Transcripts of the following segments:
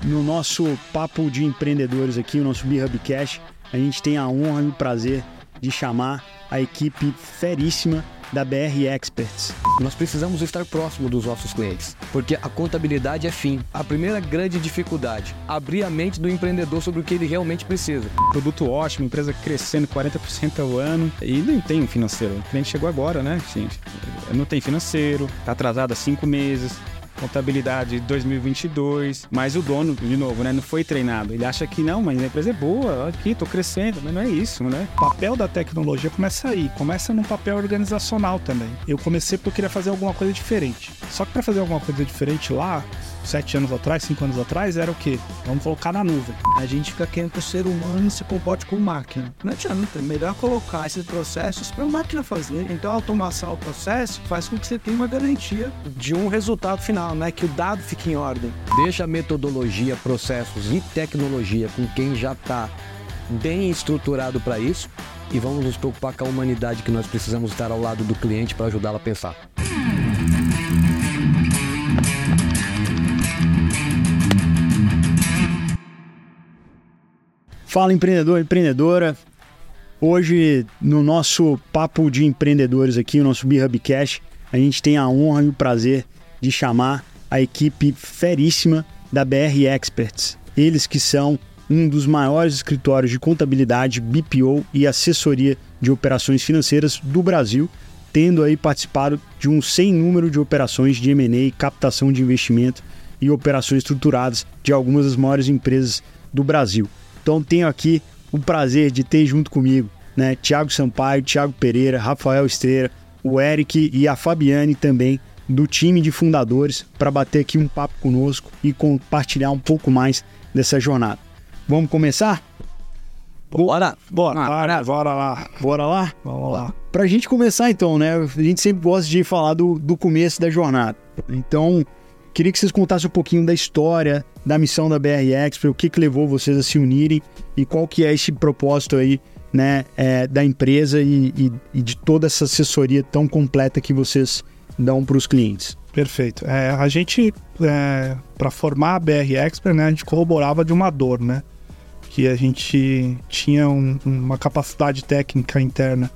no nosso papo de empreendedores aqui, o nosso B-Hubcast, a gente tem a honra e o prazer de chamar a equipe feríssima da BR Experts. Nós precisamos estar próximo dos nossos clientes, porque a contabilidade é fim. A primeira grande dificuldade, abrir a mente do empreendedor sobre o que ele realmente precisa. Produto ótimo, empresa crescendo 40% ao ano e não tem um financeiro. O cliente chegou agora, né? Sim, não tem financeiro, está atrasado há 5 meses. Contabilidade 2022, mas o dono, de novo, né, não foi treinado. Ele acha que não, mas a empresa é boa, aqui, tô crescendo, mas não é isso, né? O papel da tecnologia começa aí, começa no papel organizacional também. Eu comecei porque eu queria fazer alguma coisa diferente. Só que para fazer alguma coisa diferente lá, 7 anos atrás, 5 anos atrás, era o quê? Vamos colocar na nuvem. A gente fica querendo que o ser humano se comporte como máquina. Não adianta, é melhor colocar esses processos para a máquina fazer. Então a automação do processo faz com que você tenha uma garantia de um resultado final, né? Que o dado fique em ordem. Deixa a metodologia, processos e tecnologia com quem já está bem estruturado para isso e vamos nos preocupar com a humanidade que nós precisamos estar ao lado do cliente para ajudá-lo a pensar. Fala empreendedor, empreendedora. Hoje no nosso papo de empreendedores aqui, o nosso B-Hubcast, a gente tem a honra e o prazer de chamar a equipe feríssima da BR Experts. Eles que são um dos maiores escritórios de contabilidade, BPO e assessoria de operações financeiras do Brasil, tendo aí participado de um sem número de operações de M&A, captação de investimento e operações estruturadas de algumas das maiores empresas do Brasil. Então tenho aqui o prazer de ter junto comigo, né, Thiago Sampaio, Thiago Pereira, Rafael Estrela, o Eric e a Fabiane também do time de fundadores para bater aqui um papo conosco e compartilhar um pouco mais dessa jornada. Vamos começar? Bora! Bora lá. Bora lá? Vamos lá. Pra gente começar então, né, a gente sempre gosta de falar do começo da jornada. Então, queria que vocês contassem um pouquinho da história, da missão da BR Expert, o que levou vocês a se unirem e qual que é esse propósito aí, né, da empresa e de toda essa assessoria tão completa que vocês dão para os clientes. Perfeito. A gente, para formar a BR Expert, né, a gente corroborava de uma dor, né, que a gente tinha uma capacidade técnica interna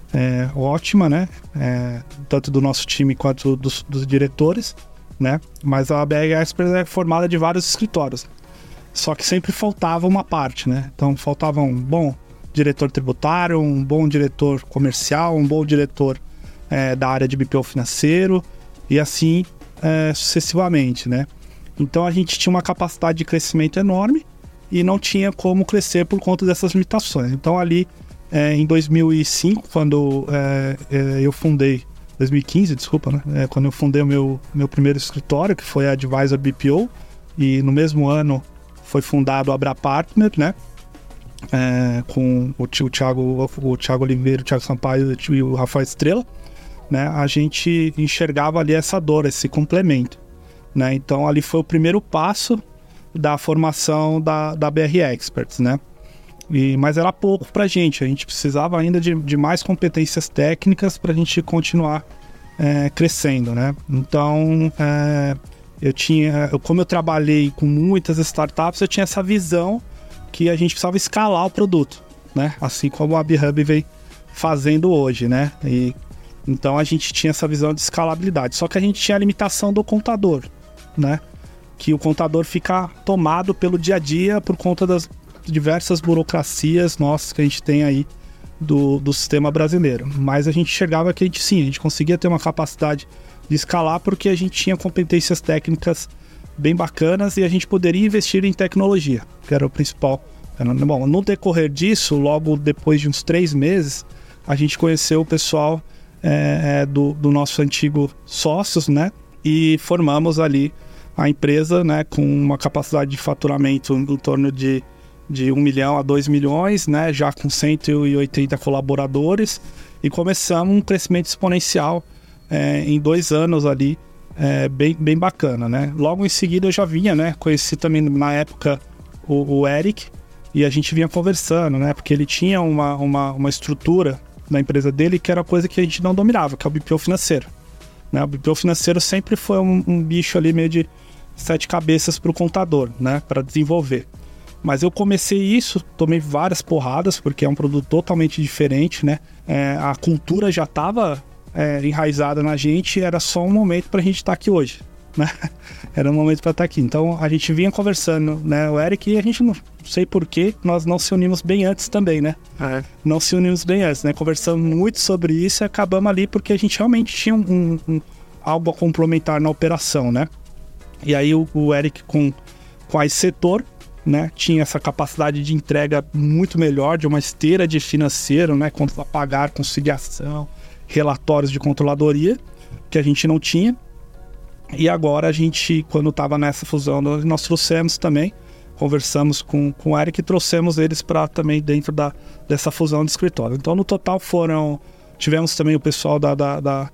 ótima, né, tanto do nosso time quanto dos diretores, né? Mas a BR Expert é formada de vários escritórios. Só que sempre faltava uma parte, né? Então faltava um bom diretor tributário, um bom diretor comercial, um bom diretor da área de BPO financeiro e assim sucessivamente, né? Então a gente tinha uma capacidade de crescimento enorme e não tinha como crescer por conta dessas limitações. Então ali em 2005, quando eu fundei 2015, desculpa, né? Quando eu fundei o meu primeiro escritório, que foi a Advisor BPO, e no mesmo ano foi fundado o Abra Partner, né? Com o Thiago Oliveira, o Thiago Sampaio e o Rafael Estrela, né? A gente enxergava ali essa dor, esse complemento, né? Então ali foi o primeiro passo da formação da BR Experts, né? Mas era pouco pra gente, a gente precisava ainda de mais competências técnicas pra gente continuar crescendo, né? Então, como eu trabalhei com muitas startups, eu tinha essa visão que a gente precisava escalar o produto, né? Assim como a B-Hub vem fazendo hoje, né? Então a gente tinha essa visão de escalabilidade, só que a gente tinha a limitação do contador, né? Que o contador fica tomado pelo dia a dia por conta das diversas burocracias nossas que a gente tem aí do sistema brasileiro. Mas a gente chegava que a gente conseguia ter uma capacidade de escalar porque a gente tinha competências técnicas bem bacanas e a gente poderia investir em tecnologia, que era o principal. Bom, no decorrer disso, logo depois de uns 3 meses, a gente conheceu o pessoal do nosso antigo sócios, né? E formamos ali a empresa, né? Com uma capacidade de faturamento em torno de 1 milhão a 2 milhões, né, já com 180 colaboradores, e começamos um crescimento exponencial em 2 anos ali, bem bacana, né. Logo em seguida eu já vinha, né, conheci também na época o Eric, e a gente vinha conversando, né, porque ele tinha uma estrutura na empresa dele que era coisa que a gente não dominava, que é o BPO financeiro, né. O BPO financeiro sempre foi um bicho ali meio de 7 cabeças para o contador, né, para desenvolver. Mas eu comecei isso, tomei várias porradas, porque é um produto totalmente diferente, né? A cultura já estava enraizada na gente, era só um momento para a gente estar aqui hoje, né? Era um momento para estar aqui. Então a gente vinha conversando, né, o Eric, e a gente não sei porquê, nós não se unimos bem antes também, né? Não se unimos bem antes, né? Conversamos muito sobre isso e acabamos ali porque a gente realmente tinha algo a complementar na operação, né? E aí o Eric com esse setor, né, tinha essa capacidade de entrega muito melhor, de uma esteira de financeiro, né, contas a pagar, conciliação, relatórios de controladoria, que a gente não tinha. E agora a gente, quando estava nessa fusão, nós trouxemos também, conversamos com o Eric e trouxemos eles para também dentro dessa fusão de escritório. Então no total tivemos também o pessoal da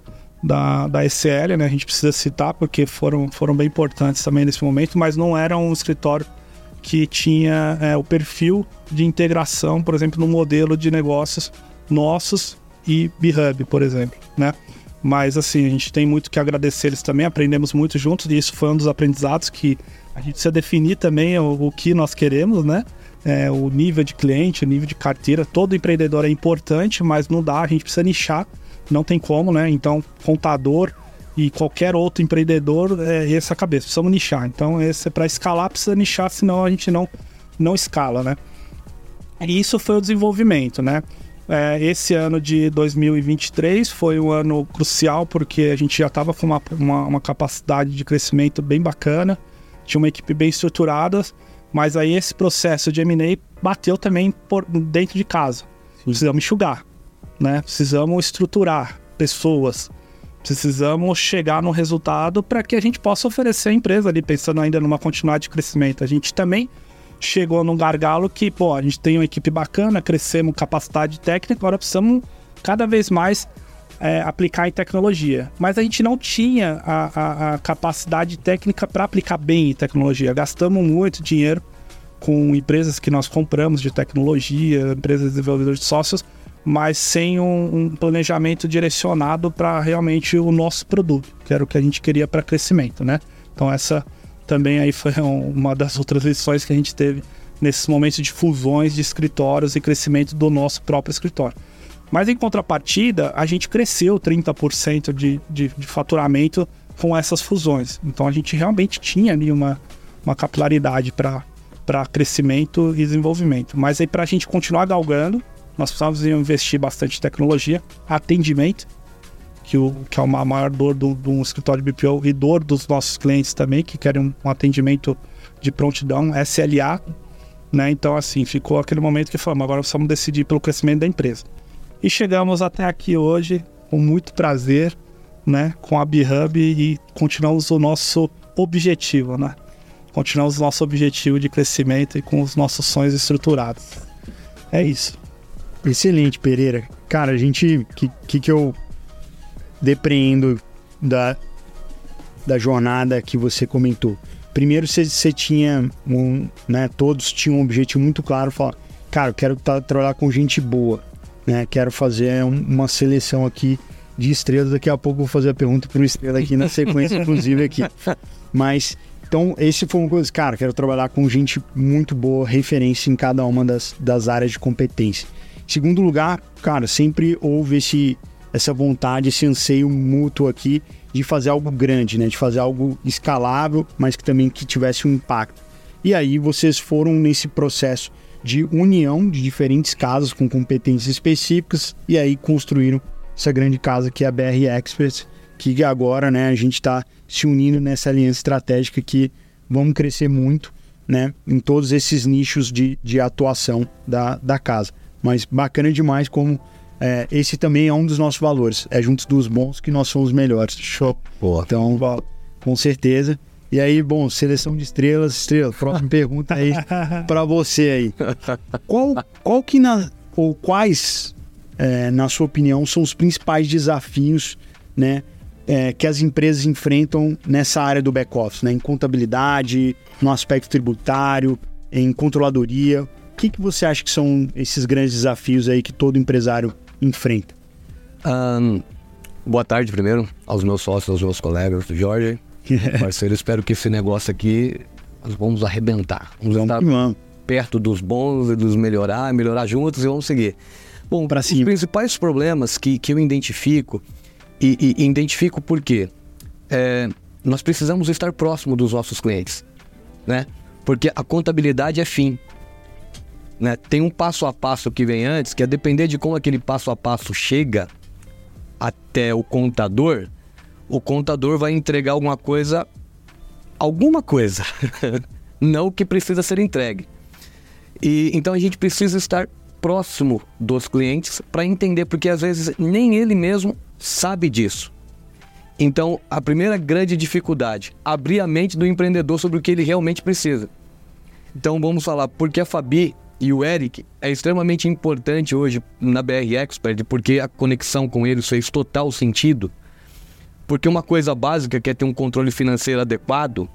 SL, né, a gente precisa citar porque foram bem importantes também nesse momento, mas não era um escritório que tinha o perfil de integração, por exemplo, no modelo de negócios nossos e B-Hub, por exemplo, né? Mas, assim, a gente tem muito que agradecer eles também, aprendemos muito juntos, e isso foi um dos aprendizados que a gente precisa definir também o que nós queremos, né? O nível de cliente, o nível de carteira, todo empreendedor é importante, mas não dá, a gente precisa nichar, não tem como, né? Então, contador e qualquer outro empreendedor essa cabeça, precisamos nichar. Então, para escalar precisa nichar, senão a gente não escala, né? E isso foi o desenvolvimento, né? Esse ano de 2023 foi um ano crucial porque a gente já estava com uma capacidade de crescimento bem bacana, tinha uma equipe bem estruturada, mas aí esse processo de M&A bateu também dentro de casa. Precisamos enxugar, né? Precisamos estruturar pessoas, precisamos chegar num resultado para que a gente possa oferecer à empresa ali, pensando ainda numa continuidade de crescimento. A gente também chegou num gargalo que, a gente tem uma equipe bacana, crescemos capacidade técnica, agora precisamos cada vez mais aplicar em tecnologia. Mas a gente não tinha a capacidade técnica para aplicar bem em tecnologia. Gastamos muito dinheiro com empresas que nós compramos de tecnologia, empresas desenvolvedoras de sócios, mas sem um planejamento direcionado para realmente o nosso produto, que era o que a gente queria para crescimento, né? Então essa também aí foi uma das outras lições que a gente teve nesses momentos de fusões de escritórios e crescimento do nosso próprio escritório. Mas em contrapartida, a gente cresceu 30% de faturamento com essas fusões. Então a gente realmente tinha ali uma capilaridade para crescimento e desenvolvimento. Mas aí para a gente continuar galgando, nós precisamos investir bastante em tecnologia, atendimento, que é uma maior dor de um escritório de BPO e dor dos nossos clientes também, que querem um atendimento de prontidão, SLA, né? Então, assim, ficou aquele momento que falamos, agora precisamos decidir pelo crescimento da empresa. E chegamos até aqui hoje com muito prazer, né? Com a B-Hub e continuamos o nosso objetivo, né? Continuamos o nosso objetivo de crescimento e com os nossos sonhos estruturados. É isso. Excelente, Pereira. Cara, a gente... que eu depreendo da jornada que você comentou. Primeiro, você tinha né, todos tinham um objetivo muito claro, falar, cara, eu quero trabalhar com gente boa, né? Quero fazer uma seleção aqui de estrelas. Daqui a pouco eu vou fazer a pergunta para o Estrela aqui na sequência, inclusive aqui. Mas, então, esse foi uma coisa, cara, quero trabalhar com gente muito boa, referência em cada uma das áreas de competência. Em segundo lugar, cara, sempre houve essa vontade, esse anseio mútuo aqui de fazer algo grande, né? De fazer algo escalável, mas que também tivesse um impacto. E aí vocês foram nesse processo de união de diferentes casas com competências específicas e aí construíram essa grande casa que é a BR Experts, que agora, né, a gente está se unindo nessa aliança estratégica que vamos crescer muito, né, em todos esses nichos de atuação da casa. Mas bacana demais como esse também é um dos nossos valores. É juntos dos bons que nós somos melhores. Show. Boa. Então, com certeza. E aí, bom, seleção de estrelas. Próxima pergunta aí para você aí. Quais, na sua opinião, são os principais desafios, né, que as empresas enfrentam nessa área do back-office, né, em contabilidade, no aspecto tributário, em controladoria? O que você acha que são esses grandes desafios aí que todo empresário enfrenta? Boa tarde primeiro aos meus sócios, aos meus colegas, Jorge, Parceiro, espero que esse negócio aqui nós vamos arrebentar. Vamos estar perto dos bons e dos melhorar juntos e vamos seguir. Bom, os principais problemas que eu identifico, e identifico por quê? Nós precisamos estar próximo dos nossos clientes, né? Porque a contabilidade é fim, né? Tem um passo a passo que vem antes, que é depender de como aquele passo a passo chega até o contador vai entregar alguma coisa, não que precisa ser entregue. E então a gente precisa estar próximo dos clientes para entender, porque às vezes nem ele mesmo sabe disso. Então, a primeira grande dificuldade, abrir a mente do empreendedor sobre o que ele realmente precisa. Então, vamos falar porque a Fabi e o Eric é extremamente importante hoje na BR Expert, porque a conexão com eles fez total sentido. Porque uma coisa básica que é ter um controle financeiro adequado,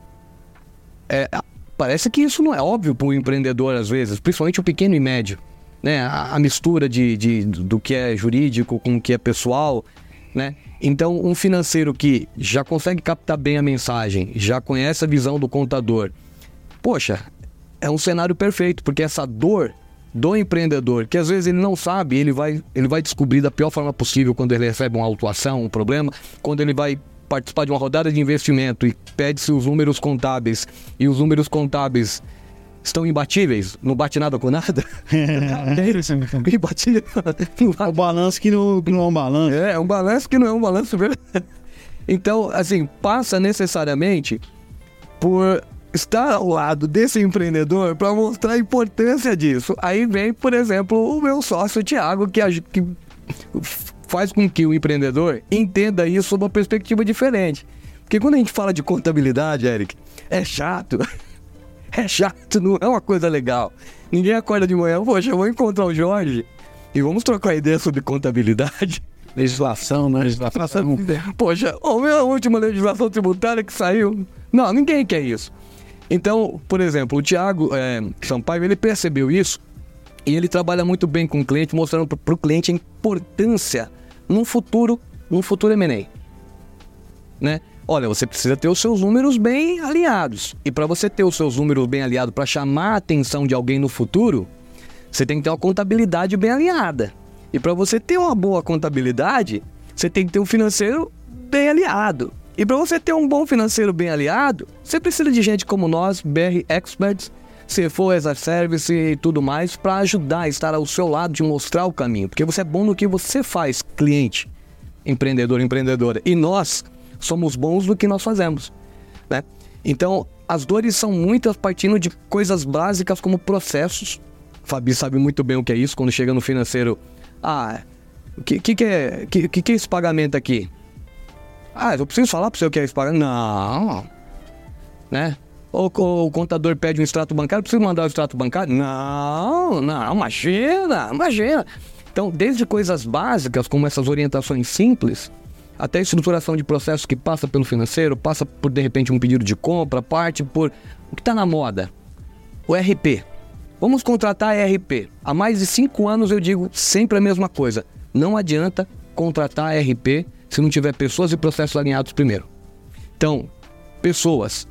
parece que isso não é óbvio para o empreendedor às vezes, principalmente o pequeno e médio, né? A mistura do que é jurídico com o que é pessoal, né? Então, um financeiro que já consegue captar bem a mensagem, já conhece a visão do contador, poxa, é um cenário perfeito, porque essa dor do empreendedor, que às vezes ele não sabe, ele vai descobrir da pior forma possível quando ele recebe uma autuação, um problema, quando ele vai participar de uma rodada de investimento e pede-se os números contábeis, e os números contábeis estão imbatíveis, não bate nada com nada. Imbatível. O balanço que não é um balanço. É um balanço que não é um balanço, verdade? Então, assim, passa necessariamente por estar ao lado desse empreendedor para mostrar a importância disso. Aí vem, por exemplo, o meu sócio Thiago, que faz com que o empreendedor entenda isso sob uma perspectiva diferente. Porque quando a gente fala de contabilidade, Eric, é chato. É chato, não é uma coisa legal. Ninguém acorda de manhã, poxa, eu vou encontrar o Jorge e vamos trocar ideia sobre contabilidade. Legislação, né? Legislação. Poxa, a última legislação tributária que saiu. Não, ninguém quer isso. Então, por exemplo, o Thiago Sampaio, ele percebeu isso e ele trabalha muito bem com o cliente, mostrando para o cliente a importância num futuro M&A, né? Olha, você precisa ter os seus números bem alinhados. E para você ter os seus números bem alinhados, para chamar a atenção de alguém no futuro, você tem que ter uma contabilidade bem alinhada. E para você ter uma boa contabilidade, você tem que ter um financeiro bem alinhado. E para você ter um bom financeiro bem alinhado, você precisa de gente como nós, BR Experts, CFO as a Service e tudo mais, para ajudar a estar ao seu lado, de mostrar o caminho. Porque você é bom no que você faz, cliente, empreendedor, empreendedora. E nós somos bons no que nós fazemos, né? Então, as dores são muitas partindo de coisas básicas como processos. Fabi sabe muito bem o que é isso, quando chega no financeiro. O que é esse pagamento aqui? Eu preciso falar para você o que é esse pagamento? Não, né? Ou o contador pede um extrato bancário, preciso mandar o extrato bancário? Não, imagina. Então, desde coisas básicas, como essas orientações simples, até a estruturação de processos que passa pelo financeiro, passa por, de repente, um pedido de compra, parte por o que está na moda, o RP. Vamos contratar RP. Há mais de 5 anos eu digo sempre a mesma coisa. Não adianta contratar RP se não tiver pessoas e processos alinhados primeiro. Então, pessoas.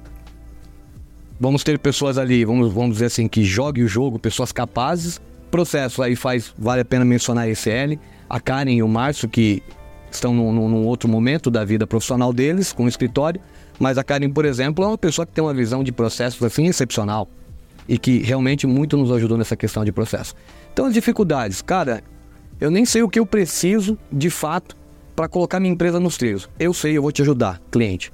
Vamos ter pessoas ali, vamos dizer assim, que joguem o jogo, pessoas capazes. Processo aí vale a pena mencionar a ECL, a Karen e o Márcio, que estão num outro momento da vida profissional deles, com o escritório, mas a Karen, por exemplo, é uma pessoa que tem uma visão de processos assim excepcional e que realmente muito nos ajudou nessa questão de processo. Então, as dificuldades, cara, eu nem sei o que eu preciso de fato para colocar minha empresa nos trilhos. Eu sei, eu vou te ajudar, cliente.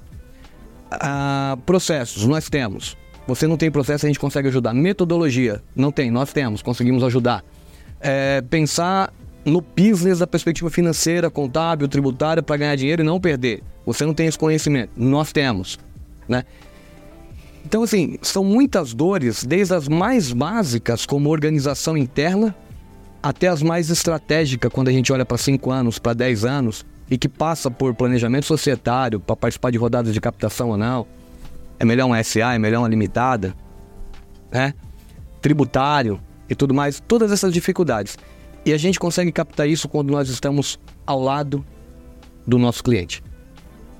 Processos, nós temos. Você não tem processo, a gente consegue ajudar. Metodologia, não tem, nós temos, conseguimos ajudar. Pensar no business da perspectiva financeira, contábil, tributária, para ganhar dinheiro e não perder. Você não tem esse conhecimento, nós temos, né? Então, assim, são muitas dores, desde as mais básicas, como organização interna, até as mais estratégicas, quando a gente olha para 5 anos, para 10 anos, e que passa por planejamento societário, para participar de rodadas de captação ou não. É melhor uma SA, é melhor uma limitada, né? Tributário e tudo mais, todas essas dificuldades. E a gente consegue captar isso quando nós estamos ao lado do nosso cliente.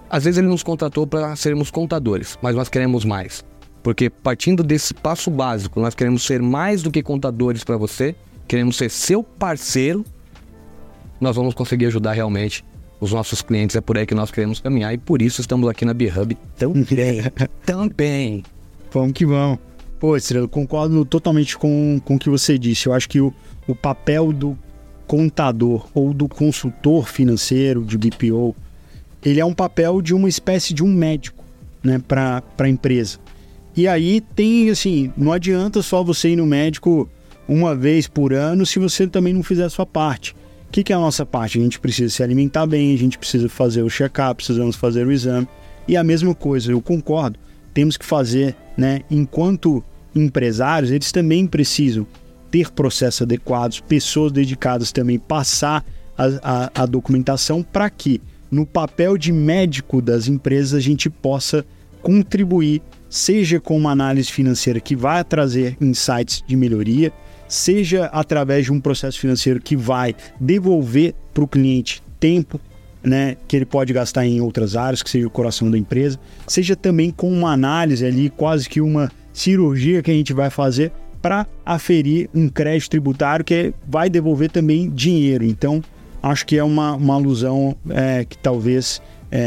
Às vezes ele nos contratou para sermos contadores, mas nós queremos mais. Porque partindo desse passo básico, nós queremos ser mais do que contadores para você, queremos ser seu parceiro, nós vamos conseguir ajudar realmente os nossos clientes. É por aí que nós queremos caminhar e por isso estamos aqui na BeHub também. Vamos que vamos. Pô, Estrela, eu concordo totalmente com o que você disse. Eu acho que o papel do contador ou do consultor financeiro de BPO, ele é um papel de uma espécie de um médico, né, para a empresa. E aí tem, assim, não adianta só você ir no médico uma vez por ano se você também não fizer a sua parte. O que é a nossa parte? A gente precisa se alimentar bem, a gente precisa fazer o check-up, precisamos fazer o exame. E a mesma coisa, eu concordo, temos que fazer, né, enquanto empresários, eles também precisam ter processos adequados, pessoas dedicadas também, passar a documentação para que, no papel de médico das empresas, a gente possa contribuir, seja com uma análise financeira que vai trazer insights de melhoria, seja através de um processo financeiro que vai devolver para o cliente tempo, né, que ele pode gastar em outras áreas, que seja o coração da empresa, seja também com uma análise ali, quase que uma cirurgia que a gente vai fazer para aferir um crédito tributário que vai devolver também dinheiro. Então, acho que é uma alusão que talvez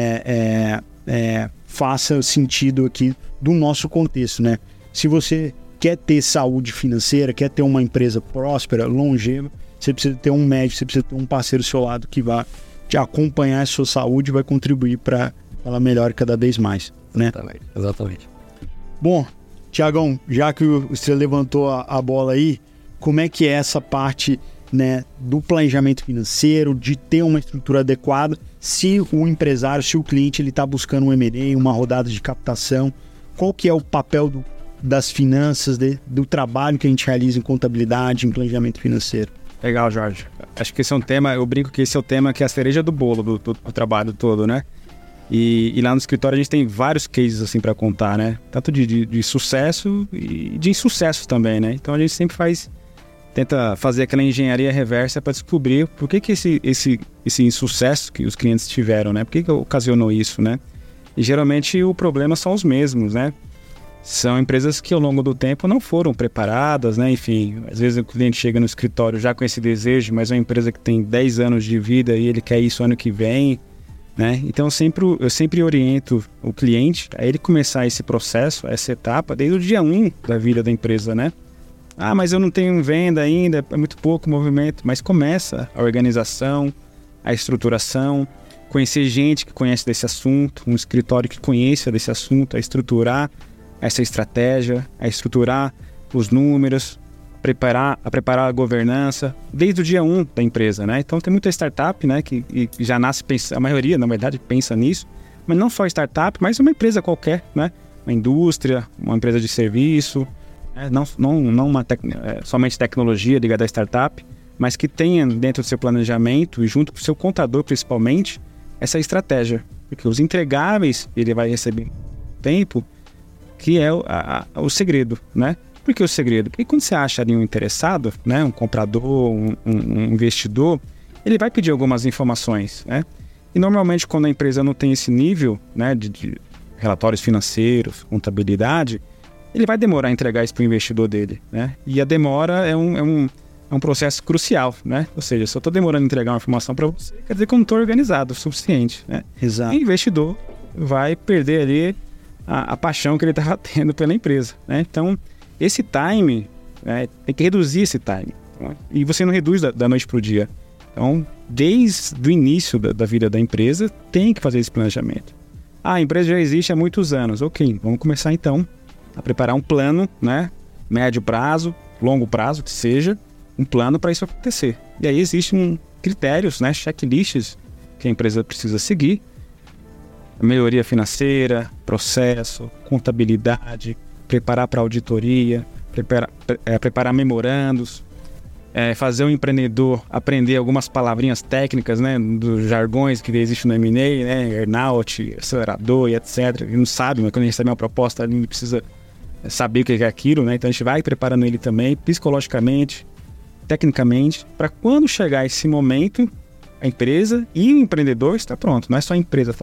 faça sentido aqui do nosso contexto, né? Se você quer ter saúde financeira, quer ter uma empresa próspera, longeva, você precisa ter um médico, você precisa ter um parceiro ao seu lado que vai te acompanhar a sua saúde e vai contribuir para ela melhore cada vez mais, né? Exatamente. Bom, Tiagão, já que o Estrela levantou a bola aí, como é que é essa parte, né, do planejamento financeiro, de ter uma estrutura adequada, se o empresário, se o cliente ele está buscando um M&A, uma rodada de captação, qual que é o papel das finanças, do trabalho que a gente realiza em contabilidade, em planejamento financeiro? Legal, Jorge. Acho que esse é um tema, eu brinco que esse é o tema que é a cereja do bolo do trabalho todo, né? E lá no escritório a gente tem vários cases assim para contar, né? Tanto de sucesso e de insucesso também, né? Então a gente sempre tenta fazer aquela engenharia reversa para descobrir por que esse insucesso que os clientes tiveram, né? Por que ocasionou isso, né? E geralmente o problema são os mesmos, né? São empresas que ao longo do tempo não foram preparadas, né? Enfim, às vezes o cliente chega no escritório já com esse desejo, mas é uma empresa que tem 10 anos de vida e ele quer isso ano que vem, né? Então eu sempre oriento o cliente a ele começar esse processo, essa etapa, desde o dia 1 da vida da empresa, né? Ah, mas eu não tenho venda ainda, é muito pouco movimento. Mas começa a organização, a estruturação, conhecer gente que conhece desse assunto, um escritório que conheça desse assunto, a estruturar essa estratégia, a estruturar os números, a preparar a governança, desde o dia 1 da empresa, né? Então tem muita startup, né, que já nasce, a maioria, na verdade, pensa nisso, mas não só startup, mas uma empresa qualquer, né? Uma indústria, uma empresa de serviço, não somente tecnologia ligada à startup, mas que tenha dentro do seu planejamento e junto com o seu contador, principalmente, essa estratégia. Porque os entregáveis ele vai receber tempo, que é o segredo, né? Por que o segredo? Porque quando você acha ali um interessado, né, um comprador, um investidor, ele vai pedir algumas informações, né? E normalmente quando a empresa não tem esse nível, né, de relatórios financeiros, contabilidade, ele vai demorar a entregar isso para o investidor dele, né? E a demora é um processo crucial, né? Ou seja, se eu estou demorando a entregar uma informação para você, quer dizer que eu não estou organizado o suficiente, né? Exato. E o investidor vai perder ali a paixão que ele estava tendo pela empresa, né? Então, esse time, né, tem que reduzir esse time. Né? E você não reduz da noite para o dia. Então, desde o início da vida da empresa, tem que fazer esse planejamento. A empresa já existe há muitos anos. Ok, vamos começar então a preparar um plano, né? Médio prazo, longo prazo, que seja, um plano para isso acontecer. E aí existem critérios, né? Checklists que a empresa precisa seguir. Melhoria financeira, processo, contabilidade, preparar para auditoria, preparar memorandos, fazer o empreendedor aprender algumas palavrinhas técnicas, né, dos jargões que existem no M&A, né, earnout, acelerador e etc. Ele não sabe, mas quando ele recebe uma proposta, ele precisa saber o que é aquilo, né? Então a gente vai preparando ele também, psicologicamente, tecnicamente, para quando chegar esse momento, a empresa e o empreendedor está pronto. Não é só a empresa,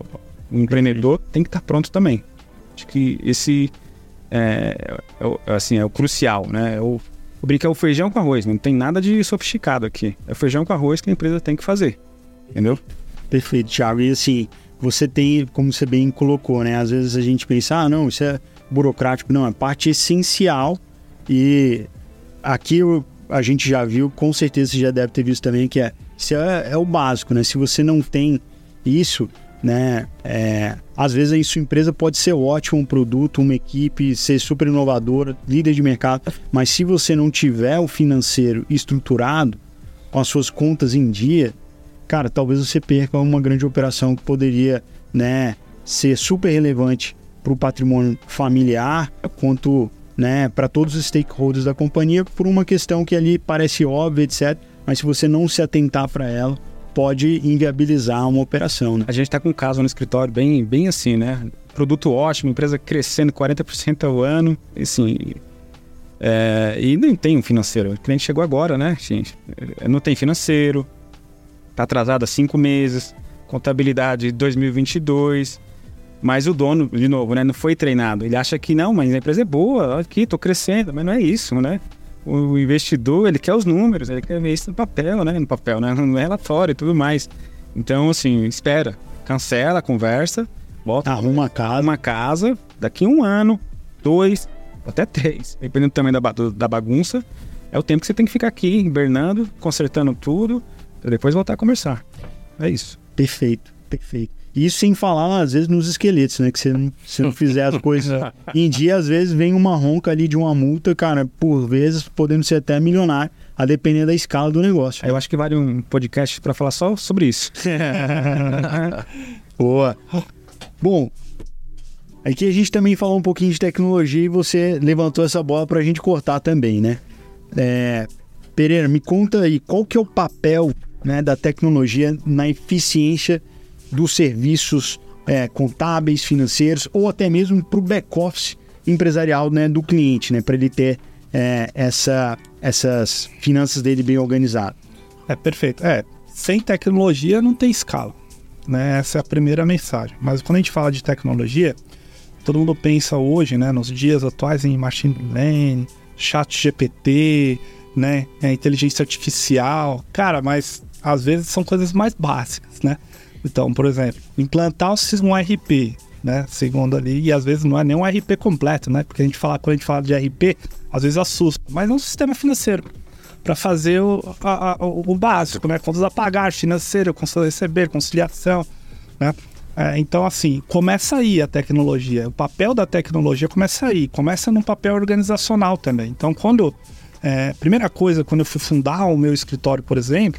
O empreendedor tem que estar pronto também. Acho que esse é o crucial, né? O brinco é o feijão com arroz, não tem nada de sofisticado aqui. É o feijão com arroz que a empresa tem que fazer, entendeu? Perfeito, Thiago. E assim, você tem, como você bem colocou, né? Às vezes a gente pensa, não, isso é burocrático. Não, é parte essencial. E aqui a gente já viu, com certeza você já deve ter visto também, que isso é o básico, né? Se você não tem isso, né? Às vezes a sua empresa pode ser ótima, um produto, uma equipe, ser super inovadora, líder de mercado, mas se você não tiver o financeiro estruturado, com as suas contas em dia, cara, talvez você perca uma grande operação que poderia, né, ser super relevante para o patrimônio familiar, quanto, né, para todos os stakeholders da companhia, por uma questão que ali parece óbvia, etc. Mas se você não se atentar para ela, pode inviabilizar uma operação, né? A gente está com um caso no escritório bem assim, né? Produto ótimo, empresa crescendo 40% ao ano, assim, e não tem um financeiro. O cliente chegou agora, né, gente? Não tem financeiro, está atrasado há 5 meses, contabilidade 2022, mas o dono, de novo, né, não foi treinado. Ele acha que não, mas a empresa é boa, aqui, estou crescendo, mas não é isso, né? O investidor, ele quer os números, ele quer ver isso no papel, né? No relatório e tudo mais. Então, assim, espera, cancela a conversa, volta, arruma uma casa, daqui 1 ano, 2, até 3, dependendo do tamanho da bagunça, é o tempo que você tem que ficar aqui, hibernando, consertando tudo, para depois voltar a conversar. É isso. Perfeito, perfeito. Isso sem falar, às vezes, nos esqueletos, né? Que se não fizer as coisas em dia, às vezes vem uma ronca ali de uma multa, cara, por vezes podendo ser até milionário, a depender da escala do negócio. Eu acho que vale um podcast para falar só sobre isso. Boa. Bom, aqui a gente também falou um pouquinho de tecnologia e você levantou essa bola para a gente cortar também, né? Pereira, me conta aí, qual que é o papel, né, da tecnologia na eficiência dos serviços contábeis, financeiros, ou até mesmo para o back-office empresarial, né, do cliente, né, para ele ter essas finanças dele bem organizadas. Perfeito. Sem tecnologia não tem escala, né? Essa é a primeira mensagem. Mas quando a gente fala de tecnologia, todo mundo pensa hoje, né, nos dias atuais, em machine learning, chat GPT, né, inteligência artificial. Cara, mas às vezes são coisas mais básicas, né? Então, por exemplo, implantar um RP, né, segundo ali, e às vezes não é nem um RP completo, né, porque quando a gente fala de RP, às vezes assusta, mas é um sistema financeiro para fazer o básico, né, contas a pagar, financeiro, receber, conciliação, né. Então, assim, começa aí a tecnologia, o papel da tecnologia começa aí, começa num papel organizacional também. Então, primeira coisa, quando eu fui fundar o meu escritório, por exemplo,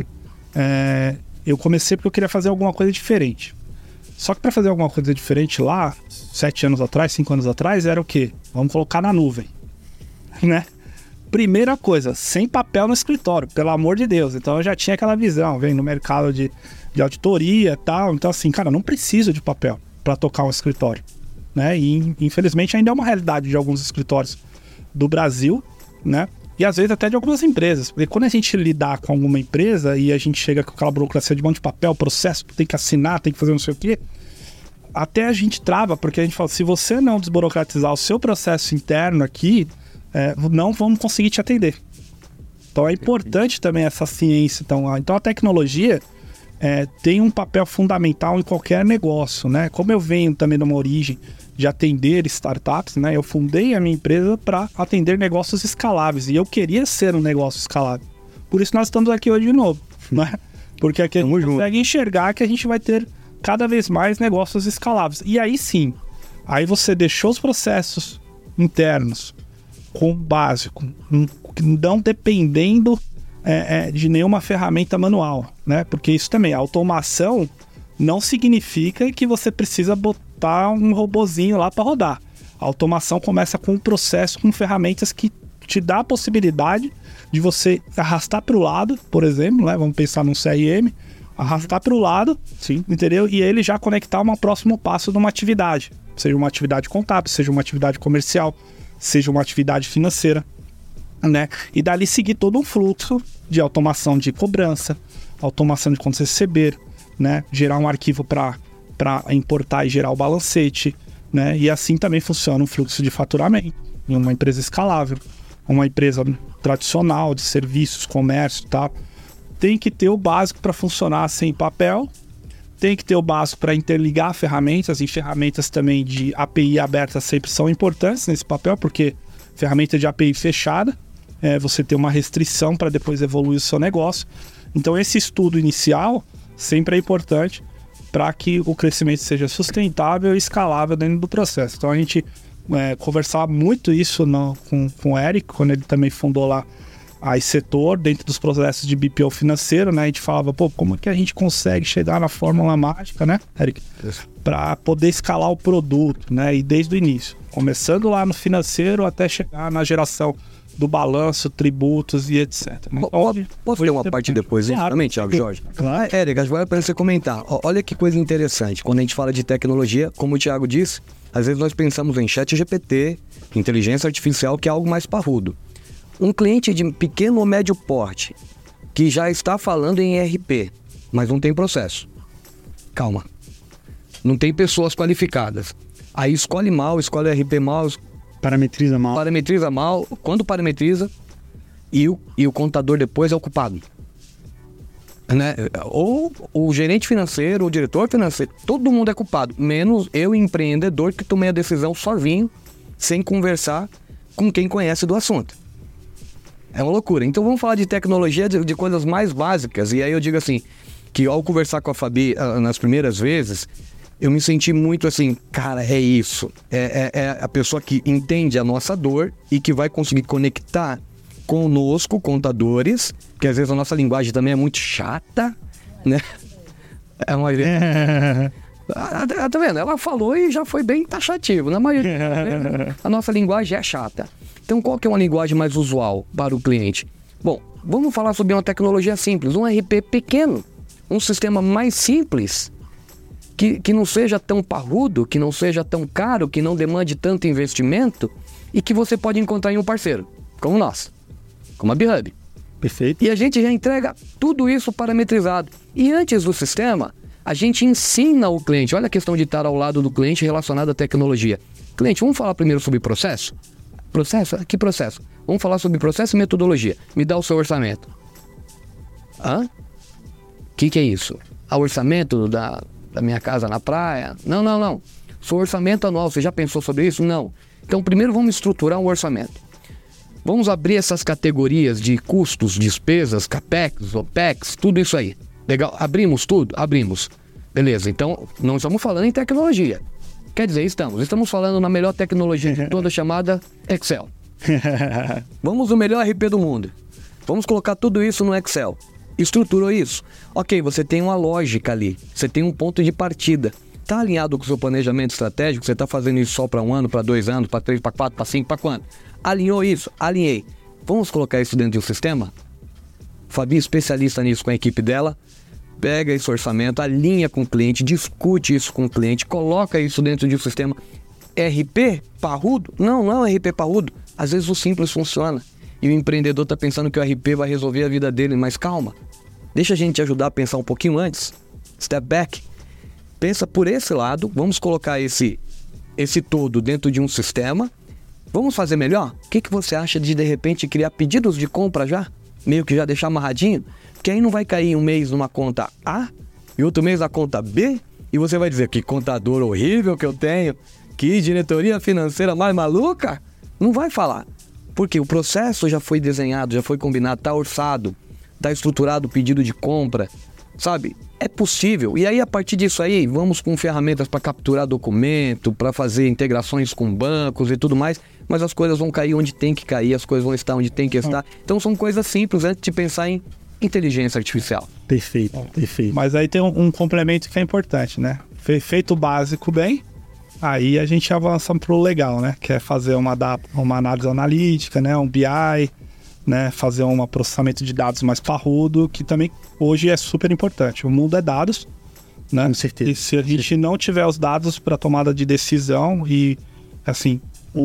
eu comecei porque eu queria fazer alguma coisa diferente. Só que para fazer alguma coisa diferente lá, 7 anos atrás, 5 anos atrás, era o quê? Vamos colocar na nuvem, né? Primeira coisa, sem papel no escritório, pelo amor de Deus. Então eu já tinha aquela visão, vem no mercado de auditoria e tal. Então assim, cara, não preciso de papel para tocar um escritório, né? E infelizmente ainda é uma realidade de alguns escritórios do Brasil, né? E às vezes até de algumas empresas. Porque quando a gente lidar com alguma empresa e a gente chega com aquela burocracia de um monte de papel, processo, tem que assinar, tem que fazer não sei o quê, até a gente trava, porque a gente fala, se você não desburocratizar o seu processo interno aqui, não vamos conseguir te atender. Então é importante também essa ciência. Então a tecnologia tem um papel fundamental em qualquer negócio, né? Como eu venho também de uma origem de atender startups, né? Eu fundei a minha empresa para atender negócios escaláveis e eu queria ser um negócio escalável. Por isso nós estamos aqui hoje de novo, né? Porque aqui a gente consegue enxergar que a gente vai ter cada vez mais negócios escaláveis. E aí sim, aí você deixou os processos internos com o básico, não dependendo de nenhuma ferramenta manual, né? Porque isso também, a automação não significa que você precisa botar um robozinho lá para rodar. A automação começa com um processo, com ferramentas que te dá a possibilidade de você arrastar para o lado, por exemplo, né? Vamos pensar num CRM, arrastar para o lado, sim, entendeu? E ele já conectar um próximo passo de uma atividade, seja uma atividade contábil, seja uma atividade comercial, seja uma atividade financeira, né? E dali seguir todo um fluxo de automação de cobrança, automação de contas a receber, né? Gerar um arquivo para para importar e gerar o balancete, né? E assim também funciona um fluxo de faturamento em uma empresa escalável, uma empresa tradicional de serviços, comércio e tal. Tem que ter o básico para funcionar sem papel, tem que ter o básico para interligar ferramentas, e ferramentas também de API aberta sempre são importantes nesse papel, porque ferramenta de API fechada, você tem uma restrição para depois evoluir o seu negócio. Então esse estudo inicial sempre é importante para que o crescimento seja sustentável e escalável dentro do processo. Então a gente conversava muito isso com o Eric, quando ele também fundou lá a Setor, dentro dos processos de BPO financeiro, né? A gente falava, como é que a gente consegue chegar na fórmula mágica, né, Eric? Para poder escalar o produto, né? E desde o início, começando lá no financeiro até chegar na geração do balanço, tributos e etc. Posso ler uma parte depois, também, Thiago Jorge? Claro. Érica, acho que vale para você comentar. Olha que coisa interessante. Quando a gente fala de tecnologia, como o Thiago disse, às vezes nós pensamos em ChatGPT, inteligência artificial, que é algo mais parrudo. Um cliente de pequeno ou médio porte, que já está falando em ERP, mas não tem processo. Calma. Não tem pessoas qualificadas. Aí escolhe mal, escolhe ERP mal, parametriza mal. Parametriza mal. Quando parametriza, e o contador depois é o culpado. Né? Ou o gerente financeiro, o diretor financeiro, todo mundo é culpado, menos eu, empreendedor, que tomei a decisão sozinho, sem conversar com quem conhece do assunto. É uma loucura. Então vamos falar de tecnologia, de coisas mais básicas. E aí eu digo assim, que ao conversar com a Fabi nas primeiras vezes, eu me senti muito assim, cara, é isso. É a pessoa que entende a nossa dor e que vai conseguir conectar conosco, contadores, porque às vezes a nossa linguagem também é muito chata, né? Tá vendo? Ela falou e já foi bem taxativo. Na maioria, a nossa linguagem é chata. Então, qual que é uma linguagem mais usual para o cliente? Bom, vamos falar sobre uma tecnologia simples, um ERP pequeno, um sistema mais simples, que não seja tão parrudo, que não seja tão caro, que não demande tanto investimento e que você pode encontrar em um parceiro, como nós, como a B-Hub. Perfeito. E a gente já entrega tudo isso parametrizado. E antes do sistema, a gente ensina o cliente. Olha a questão de estar ao lado do cliente relacionado à tecnologia. Cliente, vamos falar primeiro sobre processo? Processo? Que processo? Vamos falar sobre processo e metodologia. Me dá o seu orçamento. Hã? O que é isso? O orçamento da minha casa na praia? Não. Seu orçamento anual, você já pensou sobre isso? Não. Então, primeiro vamos estruturar um orçamento. Vamos abrir essas categorias de custos, despesas, CAPEX, OPEX, tudo isso aí. Legal? Abrimos tudo? Abrimos. Beleza, então não estamos falando em tecnologia. Quer dizer, estamos falando na melhor tecnologia de toda, chamada Excel. Vamos no melhor RP do mundo. Vamos colocar tudo isso no Excel. Estruturou isso. Ok, você tem uma lógica ali. Você tem um ponto de partida. Está alinhado com o seu planejamento estratégico? Você está fazendo isso só para 1 ano, para 2 anos, para 3, para 4, para 5, para quanto? Alinhou isso? Alinhei. Vamos colocar isso dentro de um sistema? Fabi, especialista nisso com a equipe dela, pega esse orçamento, alinha com o cliente, discute isso com o cliente, coloca isso dentro de um sistema. RP parrudo? Não é RP parrudo. Às vezes o simples funciona. E o empreendedor está pensando que o RP vai resolver a vida dele, mas calma. Deixa a gente te ajudar a pensar um pouquinho antes. Step back. Pensa por esse lado, vamos colocar esse todo dentro de um sistema. Vamos fazer melhor? O que você acha de repente criar pedidos de compra já? Meio que já deixar amarradinho? Porque aí não vai cair um mês numa conta A e outro mês na conta B e você vai dizer que contador horrível que eu tenho, que diretoria financeira mais maluca. Não vai falar. Porque o processo já foi desenhado, já foi combinado, está orçado, está estruturado o pedido de compra, sabe? É possível. E aí, a partir disso aí, vamos com ferramentas para capturar documento, para fazer integrações com bancos e tudo mais, mas as coisas vão cair onde tem que cair, as coisas vão estar onde tem que estar. Então, são coisas simples antes de pensar em inteligência artificial. Perfeito. Mas aí tem um complemento que é importante, né? Feito o básico bem, aí a gente avança pro legal, né? Que é fazer uma análise analítica, né? Um BI, né? Fazer um processamento de dados mais parrudo, que também hoje é super importante. O mundo é dados, né? Com certeza. E se a gente não tiver os dados para tomada de decisão e, assim,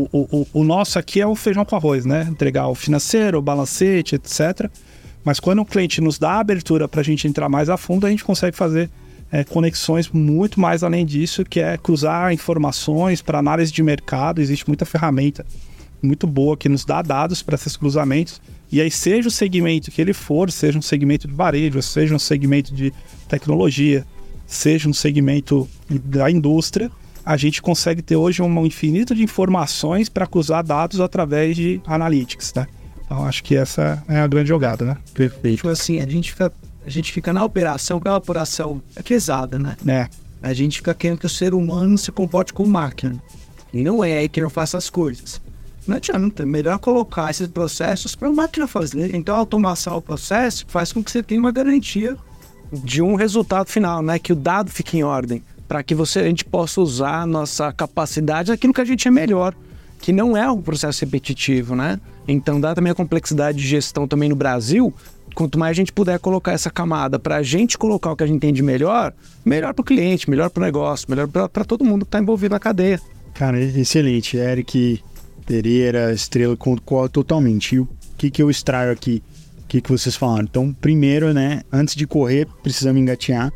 o nosso aqui é o feijão com arroz, né? Entregar o financeiro, o balancete, etc. Mas quando o cliente nos dá a abertura para a gente entrar mais a fundo, a gente consegue fazer conexões muito mais além disso, que é cruzar informações para análise de mercado. Existe muita ferramenta muito boa que nos dá dados para esses cruzamentos. E aí, seja o segmento que ele for, seja um segmento de varejo, seja um segmento de tecnologia, seja um segmento da indústria, a gente consegue ter hoje um infinito de informações para cruzar dados através de analytics, né? Então, acho que essa é a grande jogada, né? Perfeito. Tipo assim, a gente fica na operação, que é uma operação pesada, né? A gente fica querendo que o ser humano se comporte como máquina. E não é que não faça as coisas. Não adianta, melhor colocar esses processos para a máquina fazer. Então, a automação do processo faz com que você tenha uma garantia de um resultado final, né? Que o dado fique em ordem, para que a gente possa usar a nossa capacidade naquilo que a gente é melhor, que não é um processo repetitivo, né? Então, dada também a complexidade de gestão também no Brasil, quanto mais a gente puder colocar essa camada para a gente colocar o que a gente entende melhor para o cliente, melhor para o negócio, melhor para todo mundo que está envolvido na cadeia. Cara, excelente. Eric Pereira, Estrela, concordo totalmente. E o que eu extraio aqui? O que vocês falaram? Então, primeiro, né, antes de correr, precisamos engatinhar.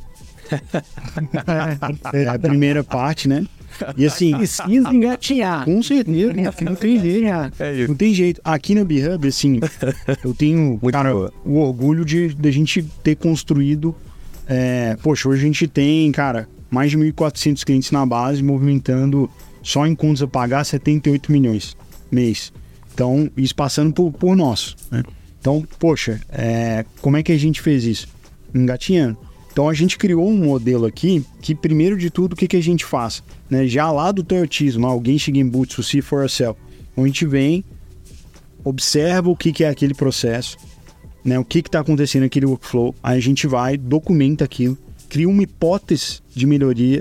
É a primeira parte, né? E assim, precisa engatinhar. Com certeza, não tem jeito. Não tem jeito. Aqui na B-Hub, assim, eu tenho, cara, o orgulho de a gente ter construído. Poxa, hoje a gente tem, cara, mais de 1.400 clientes na base, movimentando só em contas a pagar 78 milhões mês. Então, isso passando por nós, né? Então, poxa, como é que a gente fez isso? Engatinhando. Então, a gente criou um modelo aqui que, primeiro de tudo, o que a gente faz? Né? Já lá do Toyotismo, alguém chega em Boots, o See for Yourself. Então, a gente vem, observa o que é aquele processo, né? O que está acontecendo naquele workflow, aí a gente vai, documenta aquilo, cria uma hipótese de melhoria,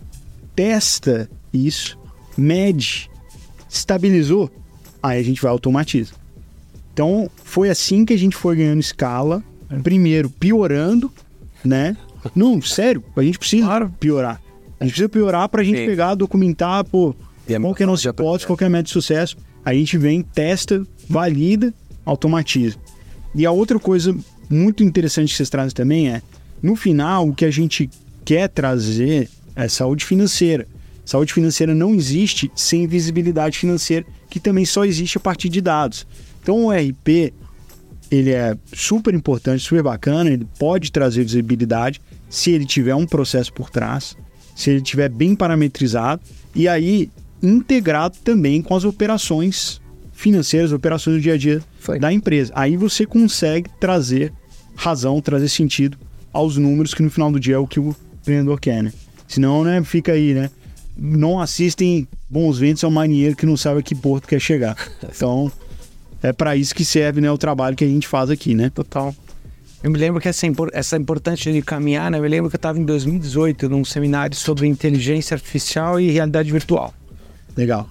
testa isso, mede, estabilizou, aí a gente vai automatiza. Então, foi assim que a gente foi ganhando escala, primeiro piorando, né? Não, sério, a gente precisa piorar. A gente precisa piorar pra gente pegar, documentar, qual que é a nossa hipótese, qual que é a média de sucesso. A gente vem, testa, valida, automatiza. E a outra coisa muito interessante que vocês trazem também é, no final, o que a gente quer trazer é saúde financeira. Saúde financeira não existe sem visibilidade financeira, que também só existe a partir de dados. Então o RP, ele é super importante, super bacana, ele pode trazer visibilidade se ele tiver um processo por trás, se ele tiver bem parametrizado e aí integrado também com as operações financeiras, operações do dia a dia da empresa. Aí você consegue trazer razão, trazer sentido aos números, que no final do dia é o que o empreendedor quer, né? Senão, né, fica aí, né? Não assistem Bons Ventos ao marinheiro que não sabe a que porto quer chegar. Então, é para isso que serve, né, o trabalho que a gente faz aqui, né? Total. Eu me lembro que essa importância de caminhar, né? Eu me lembro que eu estava em 2018 num seminário sobre inteligência artificial e realidade virtual. Legal.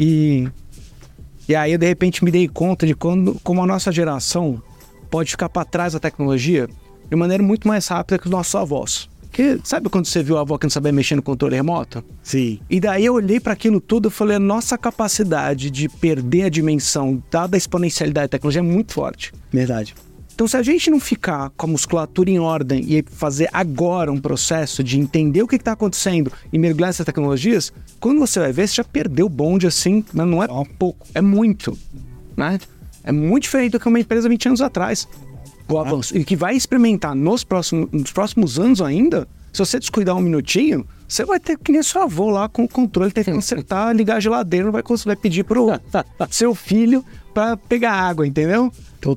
E aí eu de repente me dei conta de como a nossa geração pode ficar para trás da tecnologia de maneira muito mais rápida que os nossos avós. Porque sabe quando você viu a avó que não sabia mexer no controle remoto? Sim. E daí eu olhei para aquilo tudo e falei, a nossa capacidade de perder a dimensão dada a exponencialidade da tecnologia é muito forte. Verdade. Então, se a gente não ficar com a musculatura em ordem e fazer agora um processo de entender o que está acontecendo e mergulhar nessas tecnologias, quando você vai ver, você já perdeu o bonde assim, não é pouco, é muito, né? É muito diferente do que uma empresa 20 anos atrás. O avanço. E que vai experimentar nos próximos anos ainda, se você descuidar um minutinho, você vai ter que nem seu avô lá com o controle, ter que consertar, ligar a geladeira, vai pedir pro seu filho para pegar água, entendeu?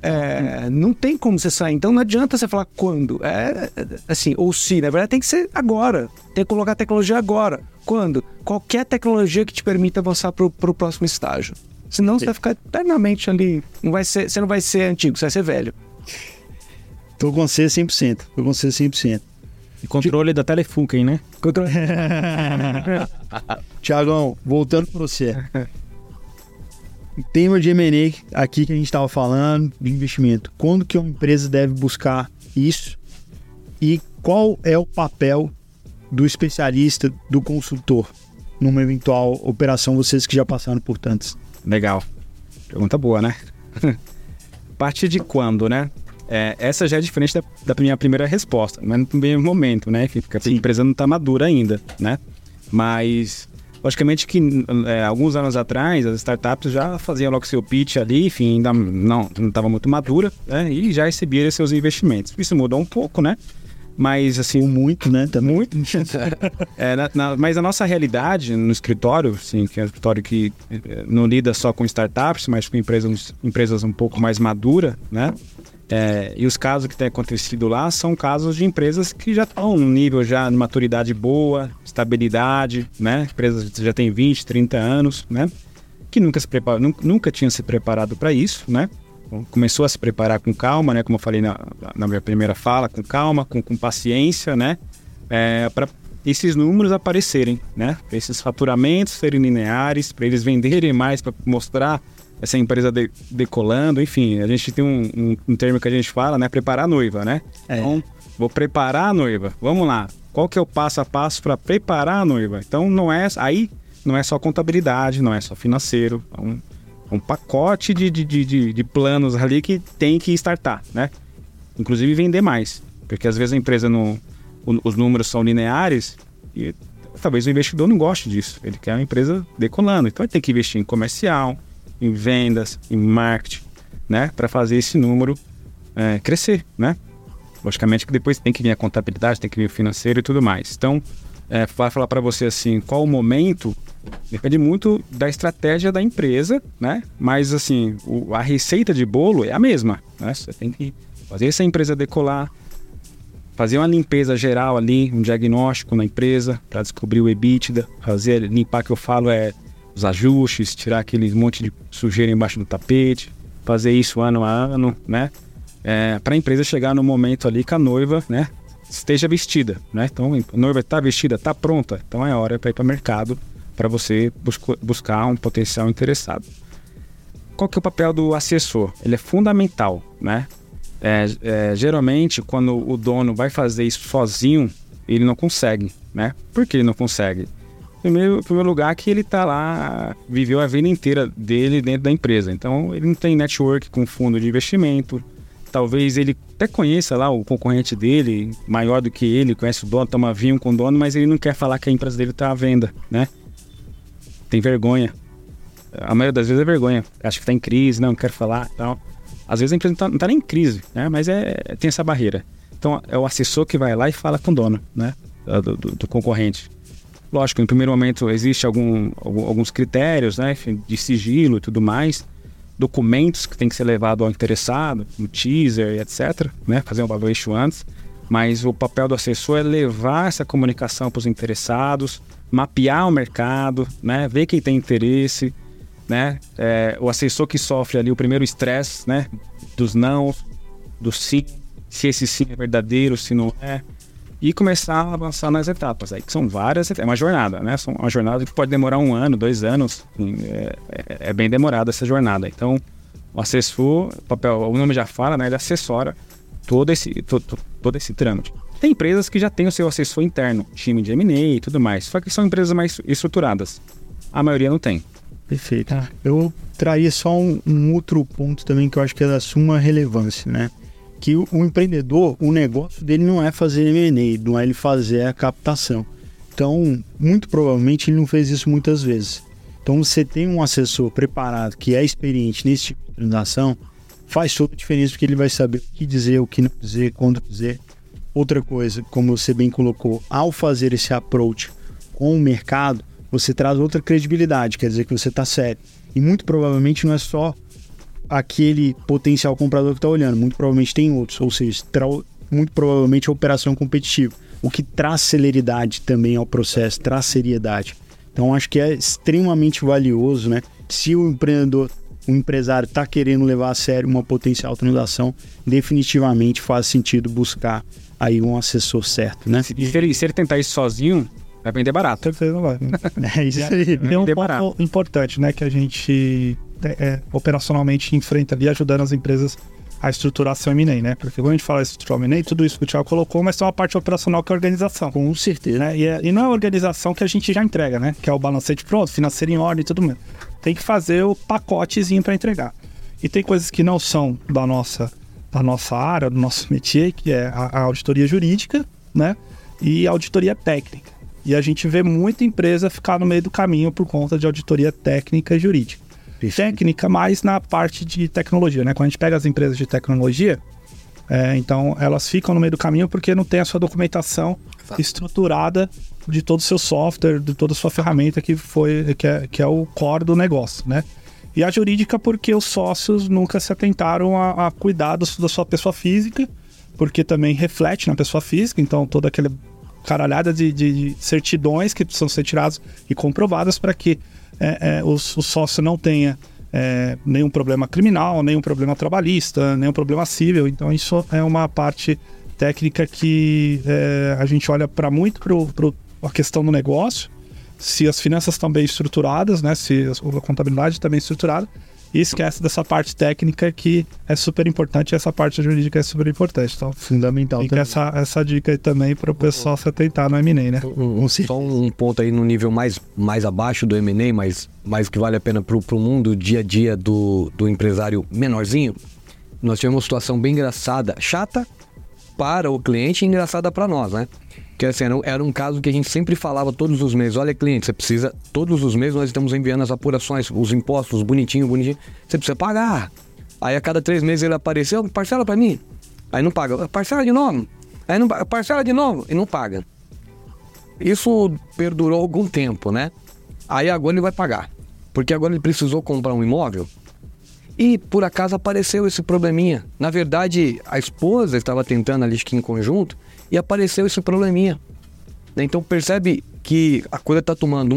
Não tem como você sair. Então não adianta você falar quando. Assim, ou se, na verdade tem que ser agora. Tem que colocar a tecnologia agora. Quando? Qualquer tecnologia que te permita avançar pro próximo estágio. Senão você vai ficar eternamente ali. Você não vai ser antigo, você vai ser velho. Tô com você 100%. Tô com você 100%. E controle da Telefunken, né? Tiagão, voltando para você. Tema de M&A aqui que a gente estava falando, de investimento. Quando que uma empresa deve buscar isso? E qual é o papel do especialista, do consultor, numa eventual operação, vocês que já passaram por tantas? Legal. Pergunta boa, né? A partir de quando, né? essa já é diferente da minha primeira resposta, não é no primeiro momento, né? Que a empresa não está madura ainda, né? Mas, logicamente que alguns anos atrás, as startups já faziam logo seu pitch ali, enfim, ainda não estava muito madura, né? E já recebia seus investimentos. Isso mudou um pouco, né? Mas, assim... Muito, né? Também. Muito. Mas a nossa realidade no escritório, assim, que é um escritório que não lida só com startups, mas com empresas um pouco mais maduras, né? E os casos que têm acontecido lá são casos de empresas que já estão num nível já de maturidade boa, estabilidade, né? Empresas que já têm 20, 30 anos, né? Que nunca tinham se preparado para isso, né? Começou a se preparar com calma, né? Como eu falei na minha primeira fala, com calma, com paciência, né? Para esses números aparecerem, né? Para esses faturamentos serem lineares, para eles venderem mais, para mostrar essa empresa decolando, enfim. A gente tem um termo que a gente fala, né? Preparar a noiva, né? Então, vou preparar a noiva. Vamos lá. Qual que é o passo a passo para preparar a noiva? Então, não é só contabilidade, não é só financeiro, um pacote de planos ali que tem que startar, né? Inclusive vender mais, porque às vezes a empresa os números são lineares e talvez o investidor não goste disso, ele quer uma empresa decolando, então ele tem que investir em comercial, em vendas, em marketing, né? Para fazer esse número crescer, né? Logicamente que depois tem que vir a contabilidade, tem que vir o financeiro e tudo mais. Então, vai falar para você assim, qual o momento... Depende muito da estratégia da empresa, né? Mas, assim, a receita de bolo é a mesma, né? Você tem que fazer essa empresa decolar, fazer uma limpeza geral ali, um diagnóstico na empresa para descobrir o EBITDA, limpar, que eu falo, os ajustes, tirar aquele monte de sujeira embaixo do tapete, fazer isso ano a ano, né? Para a empresa chegar no momento ali que a noiva, né, esteja vestida, né? Então, a noiva está vestida, está pronta, então é hora para ir para o mercado, para você buscar um potencial interessado. Qual que é o papel do assessor? Ele é fundamental, né? Geralmente, quando o dono vai fazer isso sozinho, ele não consegue, né? Por que ele não consegue? Em primeiro lugar, que ele está lá, viveu a vida inteira dele dentro da empresa. Então, ele não tem network com fundo de investimento. Talvez ele até conheça lá o concorrente dele, maior do que ele, conhece o dono, toma vinho com o dono, mas ele não quer falar que a empresa dele está à venda, né? Tem vergonha. A maioria das vezes é vergonha. Acho que está em crise, não quero falar e tal. Às vezes a empresa não está nem em crise, né? Mas tem essa barreira. Então é o assessor que vai lá e fala com o dono, né? Do concorrente. Lógico, no primeiro momento existe alguns critérios, né? De sigilo e tudo mais. Documentos que tem que ser levado ao interessado, um teaser e etc. Né? Fazer um valuation antes. Mas o papel do assessor é levar essa comunicação para os interessados, mapear o mercado, né? Ver quem tem interesse, né? O assessor que sofre ali o primeiro estresse, né? Dos não, do sim, se esse sim é verdadeiro, se não é, e começar a avançar nas etapas. Aí que são várias, é uma jornada, né? Uma jornada que pode demorar 1 ano, 2 anos, é bem demorada essa jornada. Então, o assessor, o nome já fala, né? Ele assessora todo esse trâmite. Tem empresas que já têm o seu assessor interno, time de M&A e tudo mais, só que são empresas mais estruturadas. A maioria não tem. Perfeito. Eu traria só um outro ponto também que eu acho que é da suma relevância, né? Que o empreendedor, o negócio dele não é fazer M&A, não é ele fazer a captação. Então, muito provavelmente ele não fez isso muitas vezes. Então, você tem um assessor preparado que é experiente nesse tipo de transação, faz toda a diferença porque ele vai saber o que dizer, o que não dizer, quando dizer. Outra coisa, como você bem colocou, ao fazer esse approach com o mercado, você traz outra credibilidade, quer dizer que você está sério. E muito provavelmente não é só aquele potencial comprador que está olhando, muito provavelmente tem outros, ou seja, muito provavelmente a operação competitiva, o que traz celeridade também ao processo, traz seriedade. Então acho que é extremamente valioso, né? Se o empresário está querendo levar a sério uma potencial transação, definitivamente faz sentido buscar aí um assessor certo, né? Se ele tentar isso sozinho, vai vender barato. Certeza não vai. É isso aí. Tem um ponto importante, né, que a gente operacionalmente enfrenta ali, ajudando as empresas a estruturar seu M&A, né? Porque quando a gente fala de estruturar o M&A, tudo isso que o Thiago colocou, mas tem uma parte operacional que é a organização. Com certeza. Né? E não é a organização que a gente já entrega, né? Que é o balancete pronto, financeiro em ordem e tudo mais. Tem que fazer o pacotezinho para entregar. E tem coisas que não são da nossa da nossa área, do nosso métier, que é a auditoria jurídica, né? E a auditoria técnica. E a gente vê muita empresa ficar no meio do caminho por conta de auditoria técnica e jurídica. Técnica mais na parte de tecnologia, né? Quando a gente pega as empresas de tecnologia, então elas ficam no meio do caminho porque não tem a sua documentação estruturada de todo o seu software, de toda a sua ferramenta que é o core do negócio, né? E a jurídica porque os sócios nunca se atentaram a cuidar da sua pessoa física, porque também reflete na pessoa física, então toda aquela caralhada de certidões que precisam ser tiradas e comprovadas para que o sócio não tenha nenhum problema criminal, nenhum problema trabalhista, nenhum problema civil. Então isso é uma parte técnica que a gente olha para muito para a questão do negócio, se as finanças estão bem estruturadas, né, se a contabilidade está bem estruturada, e esquece dessa parte técnica que é super importante, e essa parte jurídica é super importante. Então, fundamental. Fica essa dica aí também para o pessoal se atentar no M&A, né? Só um ponto aí no nível mais abaixo do M&A, mas que vale a pena para o mundo dia a dia do empresário menorzinho. Nós tivemos uma situação bem engraçada, chata para o cliente e engraçada para nós, né? Que assim, era um caso que a gente sempre falava todos os meses: olha, cliente, você precisa, todos os meses nós estamos enviando as apurações, os impostos, bonitinho, você precisa pagar. Aí a cada 3 meses ele apareceu: parcela pra mim. Aí não paga, parcela de novo. Aí não parcela de novo e não paga. Isso perdurou algum tempo, né? Aí agora ele vai pagar, porque agora ele precisou comprar um imóvel e por acaso apareceu esse probleminha. Na verdade, a esposa estava tentando ali em conjunto e apareceu esse probleminha. Então percebe que a coisa está tomando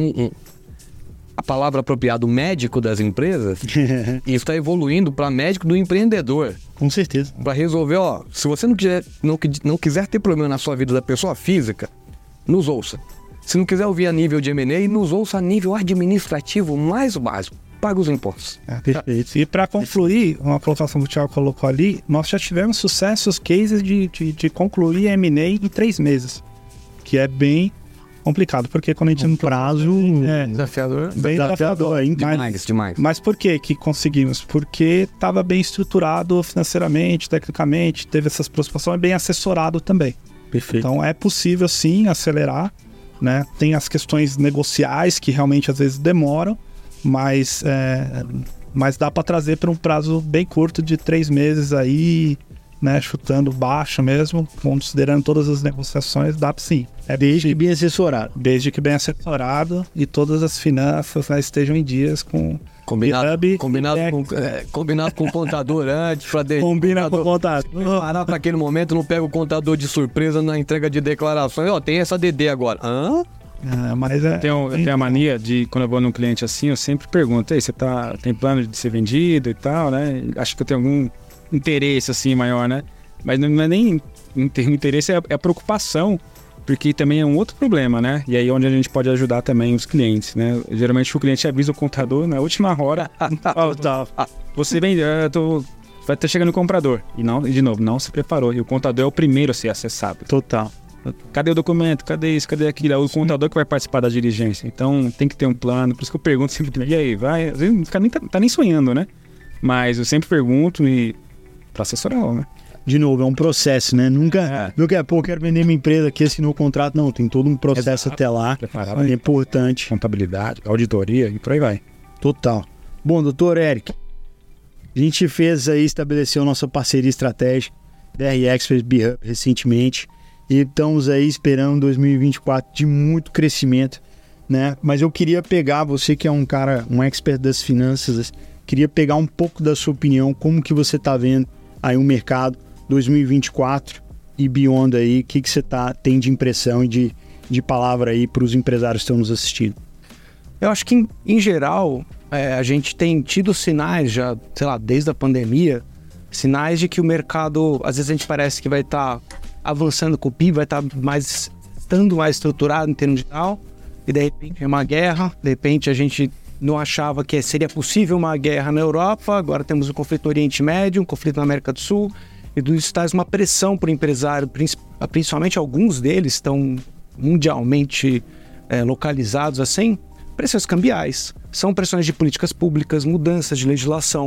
a palavra apropriada, o médico das empresas, e está evoluindo para médico do empreendedor. Com certeza. Para resolver, se você não quiser ter problema na sua vida da pessoa física, nos ouça. Se não quiser ouvir a nível de M&A, nos ouça a nível administrativo mais básico. Paga os impostos. Perfeito. E para concluir, uma colocação que o Thiago colocou ali, nós já tivemos sucessos, cases de concluir M&A em 3 meses, que é bem complicado, porque quando a gente... prazo desafiador. Bem desafiador. Demais. Mas por que conseguimos? Porque estava bem estruturado financeiramente, tecnicamente, teve essas preocupações, bem assessorado também. Perfeito. Então é possível sim acelerar, né? Tem as questões negociais que realmente às vezes demoram, mas dá para trazer para um prazo bem curto de 3 meses aí, né, chutando baixo mesmo, considerando todas as negociações, dá sim. Desde que bem assessorado. Desde que bem assessorado e todas as finanças, né, estejam em dias com... Combinado com o contador antes, Combina com o contador. Parar para aquele momento, não pega o contador de surpresa na entrega de declarações. Tem essa DD agora. Hã? Mas eu tenho a mania de, quando eu vou num cliente assim, eu sempre pergunto: você tem plano de ser vendido e tal, né? Acho que eu tenho algum interesse assim maior, né? Mas não é nem interesse, é a preocupação, porque também é um outro problema, né? E aí onde a gente pode ajudar também os clientes, né? Geralmente o cliente avisa o contador na última hora: você vende, vai estar chegando o comprador. E de novo, não se preparou. E o contador é o primeiro a ser acessado. Total. Cadê o documento? Cadê isso? Cadê aquilo? É o contador que vai participar da diligência. Então tem que ter um plano. Por isso que eu pergunto sempre: e aí, vai? Às vezes não tá nem sonhando, né? Mas eu sempre pergunto para assessorar, né? De novo, é um processo, né? Nunca pô, quero vender minha empresa aqui, assinou o contrato. Não, tem todo um processo até lá. Preparado. É importante. Contabilidade, auditoria e por aí vai. Total. Bom, doutor Eric, a gente estabeleceu nossa parceria estratégica, BR Expert, BHub, recentemente. E estamos aí esperando 2024 de muito crescimento, né? Mas eu queria pegar, você que é um expert das finanças, queria pegar um pouco da sua opinião, como que você está vendo aí o mercado 2024 e beyond aí, o que você tem de impressão e de palavra aí para os empresários que estão nos assistindo? Eu acho que, em geral, a gente tem tido sinais já, sei lá, desde a pandemia, sinais de que o mercado, às vezes a gente parece que vai estar avançando com o PIB, vai estar estando mais estruturado em termos de tal, e de repente é uma guerra, de repente a gente não achava que seria possível uma guerra na Europa, agora temos um conflito no Oriente Médio, um conflito na América do Sul, e tudo isso traz uma pressão para o empresário, principalmente alguns deles estão mundialmente localizados assim, pressões cambiais, são pressões de políticas públicas, mudanças de legislação.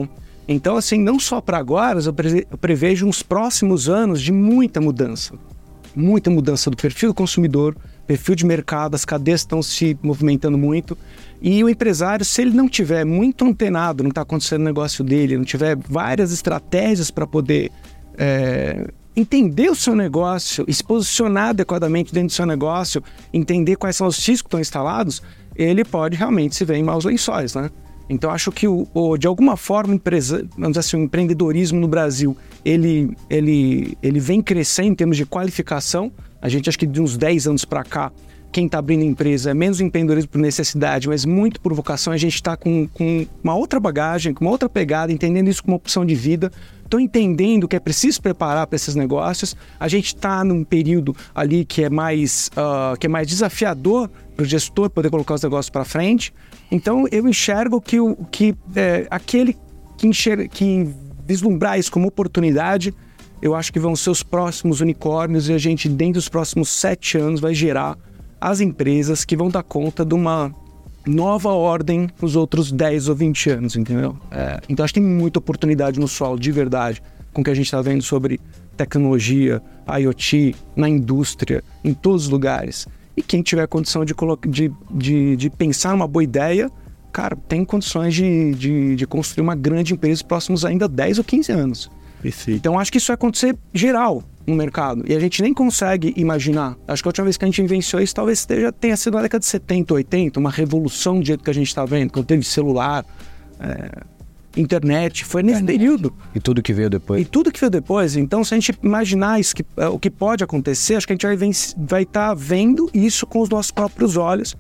Então, assim, não só para agora, eu prevejo uns próximos anos de muita mudança do perfil do consumidor, perfil de mercado, as cadeias estão se movimentando muito, e o empresário, se ele não tiver muito antenado no que está acontecendo no negócio dele, não tiver várias estratégias para poder entender o seu negócio e se posicionar adequadamente dentro do seu negócio, entender quais são os riscos que estão instalados, ele pode realmente se ver em maus lençóis, né? Então, acho que, de alguma forma, vamos dizer assim, o empreendedorismo no Brasil, ele vem crescendo em termos de qualificação. A gente acha que de uns 10 anos para cá, quem está abrindo empresa é menos empreendedorismo por necessidade, mas muito por vocação. A gente está com uma outra bagagem, com uma outra pegada, entendendo isso como opção de vida. Estou entendendo que é preciso preparar para esses negócios. A gente está num período ali que é mais desafiador para o gestor poder colocar os negócios para frente. Então, eu enxergo que aquele que vislumbrar isso como oportunidade, eu acho que vão ser os próximos unicórnios, e a gente, dentro dos próximos 7 anos, vai gerar as empresas que vão dar conta de uma nova ordem nos outros 10 ou 20 anos, entendeu? Então, acho que tem muita oportunidade no solo, de verdade, com o que a gente está vendo sobre tecnologia, IoT, na indústria, em todos os lugares. E quem tiver condição de pensar numa boa ideia, cara, tem condições de construir uma grande empresa nos próximos ainda 10 ou 15 anos. Perfeito. Então, acho que isso vai acontecer geral no mercado. E a gente nem consegue imaginar. Acho que a última vez que a gente vivenciou isso talvez tenha sido na década de 70, 80, uma revolução do jeito que a gente está vendo, quando teve celular, internet, foi nesse período. E tudo que veio depois. Então, se a gente imaginar isso, o que pode acontecer, acho que a gente vai estar vendo isso com os nossos próprios olhos.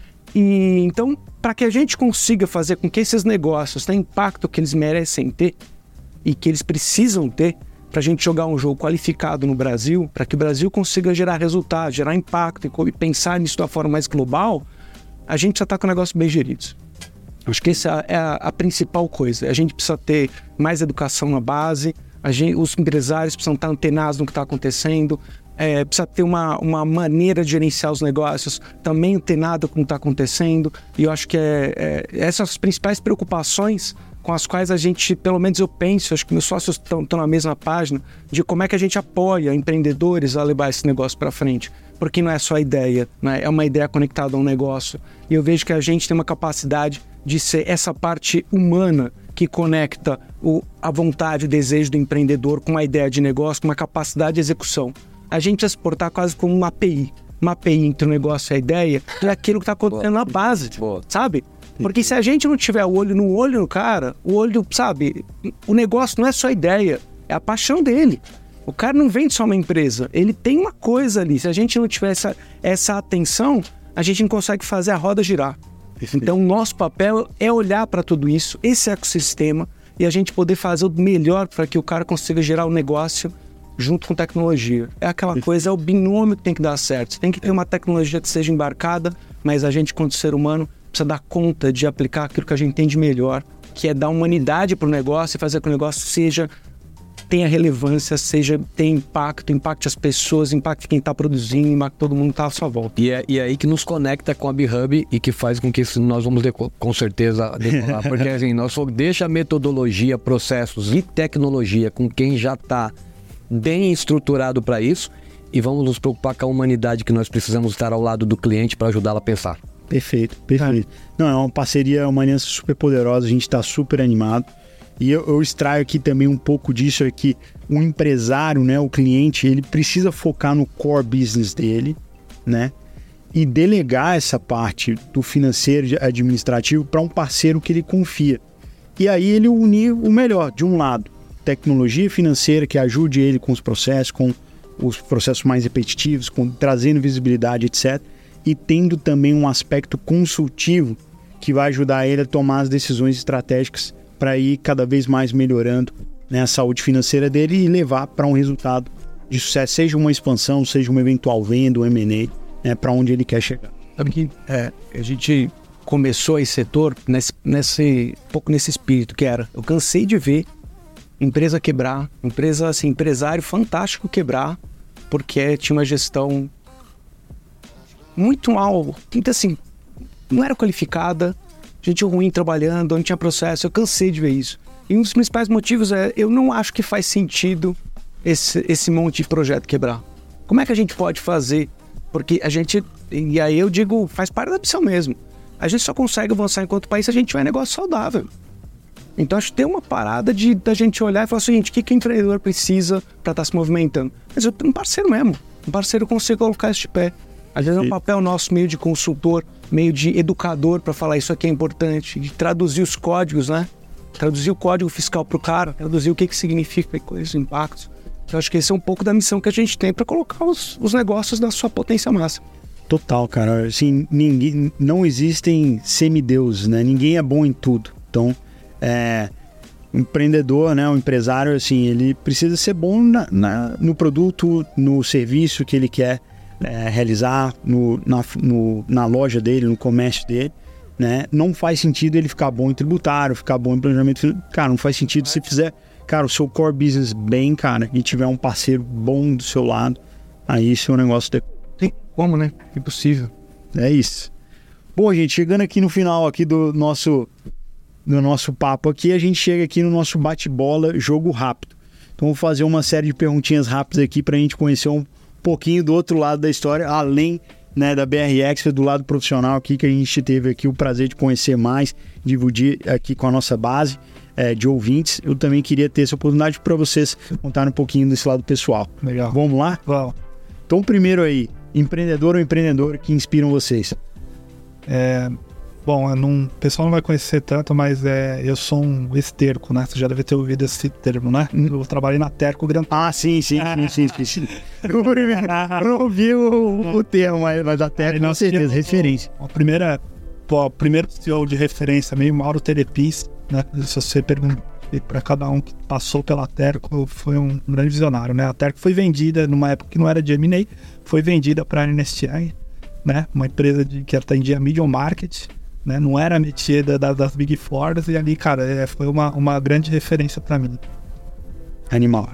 E então, para que a gente consiga fazer com que esses negócios tenham impacto que eles merecem ter e que eles precisam ter, para a gente jogar um jogo qualificado no Brasil, para que o Brasil consiga gerar resultado, gerar impacto e pensar nisso de uma forma mais global, a gente já está com o negócio bem gerido. Acho que essa é a principal coisa. A gente precisa ter mais educação na base, os empresários precisam estar antenados no que está acontecendo, precisa ter uma maneira de gerenciar os negócios também antenada com o que está acontecendo. E eu acho que essas são as principais preocupações com as quais a gente, pelo menos eu penso, acho que meus sócios estão na mesma página, de como é que a gente apoia empreendedores a levar esse negócio para frente. Porque não é só ideia, né? É uma ideia conectada a um negócio. E eu vejo que a gente tem uma capacidade de ser essa parte humana que conecta a vontade e o desejo do empreendedor com a ideia de negócio, com uma capacidade de execução. A gente vai se portar quase como uma API. Uma API entre o negócio e a ideia é aquilo que está acontecendo na base, sabe? Porque se a gente não tiver o olho no cara, sabe? O negócio não é só ideia, é a paixão dele. O cara não vende só uma empresa, ele tem uma coisa ali. Se a gente não tiver essa atenção, a gente não consegue fazer a roda girar. Então, o nosso papel é olhar para tudo isso, esse ecossistema, e a gente poder fazer o melhor para que o cara consiga gerar o negócio junto com tecnologia. É aquela coisa, é o binômio que tem que dar certo. Você tem que ter uma tecnologia que seja embarcada, mas a gente, quanto ser humano, precisa dar conta de aplicar aquilo que a gente entende melhor, que é dar humanidade para o negócio e fazer com que o negócio tenha relevância, tenha impacte as pessoas, impacte quem está produzindo, impacte todo mundo que está à sua volta. E é aí que nos conecta com a B-Hub e que faz com que nós vamos com certeza decolar. Porque assim, nós deixa a metodologia, processos e tecnologia com quem já está bem estruturado para isso e vamos nos preocupar com a humanidade que nós precisamos estar ao lado do cliente para ajudá-la a pensar. Perfeito. Não, é uma parceria, uma aliança super poderosa, a gente está super animado. E eu extraio aqui também um pouco disso, é que o empresário, né, o cliente, ele precisa focar no core business dele, né? E delegar essa parte do financeiro e administrativo para um parceiro que ele confia. E aí ele unir o melhor, de um lado, tecnologia financeira que ajude ele com os processos mais repetitivos, trazendo visibilidade, etc. E tendo também um aspecto consultivo que vai ajudar ele a tomar as decisões estratégicas para ir cada vez mais melhorando, né, a saúde financeira dele e levar para um resultado de sucesso, seja uma expansão, seja uma eventual venda, um M&A, né, para onde ele quer chegar. Sabe que a gente começou esse setor pouco nesse espírito que era, eu cansei de ver empresa quebrar, empresário fantástico quebrar, porque tinha uma gestão muito mal, assim, não era qualificada, gente ruim trabalhando, não tinha processo. Eu cansei de ver isso. E um dos principais motivos é, eu não acho que faz sentido esse monte de projeto quebrar. Como é que a gente pode fazer? Porque a gente, e aí eu digo, faz parte da missão mesmo. A gente só consegue avançar enquanto país se a gente tiver negócio saudável. Então acho que tem uma parada da gente olhar e falar assim, gente, o que o empreendedor precisa para estar se movimentando? Mas eu tenho um parceiro mesmo. Um parceiro consegue colocar isso de pé. Às vezes é um papel nosso meio de consultor, meio de educador para falar isso aqui é importante, de traduzir os códigos, né? Traduzir o código fiscal para o cara, traduzir o que significa, quais os impactos. Eu acho que esse é um pouco da missão que a gente tem para colocar os negócios na sua potência máxima. Total, cara. Assim, não existem semideuses, né? Ninguém é bom em tudo. Então, o empreendedor, né? O empresário, assim, ele precisa ser bom no produto, no serviço que ele quer realizar, na loja dele, no comércio dele, né? Não faz sentido ele ficar bom em tributário, ficar bom em planejamento. Cara, não faz sentido se fizer, cara, o seu core business bem, cara, e tiver um parceiro bom do seu lado, aí seu negócio tem como, né? Impossível. É isso. Bom, gente, chegando aqui no final aqui do nosso papo aqui, a gente chega aqui no nosso bate-bola, jogo rápido. Então vou fazer uma série de perguntinhas rápidas aqui pra gente conhecer um pouquinho do outro lado da história, além, né, da BR Expert, do lado profissional aqui, que a gente teve aqui o prazer de conhecer mais, dividir aqui com a nossa base de ouvintes. Eu também queria ter essa oportunidade para vocês contarem um pouquinho desse lado pessoal. Legal. Vamos lá? Vamos. Então, primeiro aí, empreendedor ou empreendedora que inspiram vocês? Bom, o pessoal não vai conhecer tanto, mas eu sou um esterco, né? Você já deve ter ouvido esse termo, né? Eu trabalhei na Terco Gran... Ah, sim. Eu não ouvi o termo, mas a Terco, com certeza, referência. O primeiro CEO de referência, meio Mauro Terepis, né? Se você perguntar para cada um que passou pela Terco, foi um grande visionário, né? A Terco foi vendida numa época que não era de M&A, foi vendida para a Ernst Young, né? Uma empresa que atendia medium market, né? Não era métier das Big Fours, e ali, cara, foi uma grande referência para mim. Animal.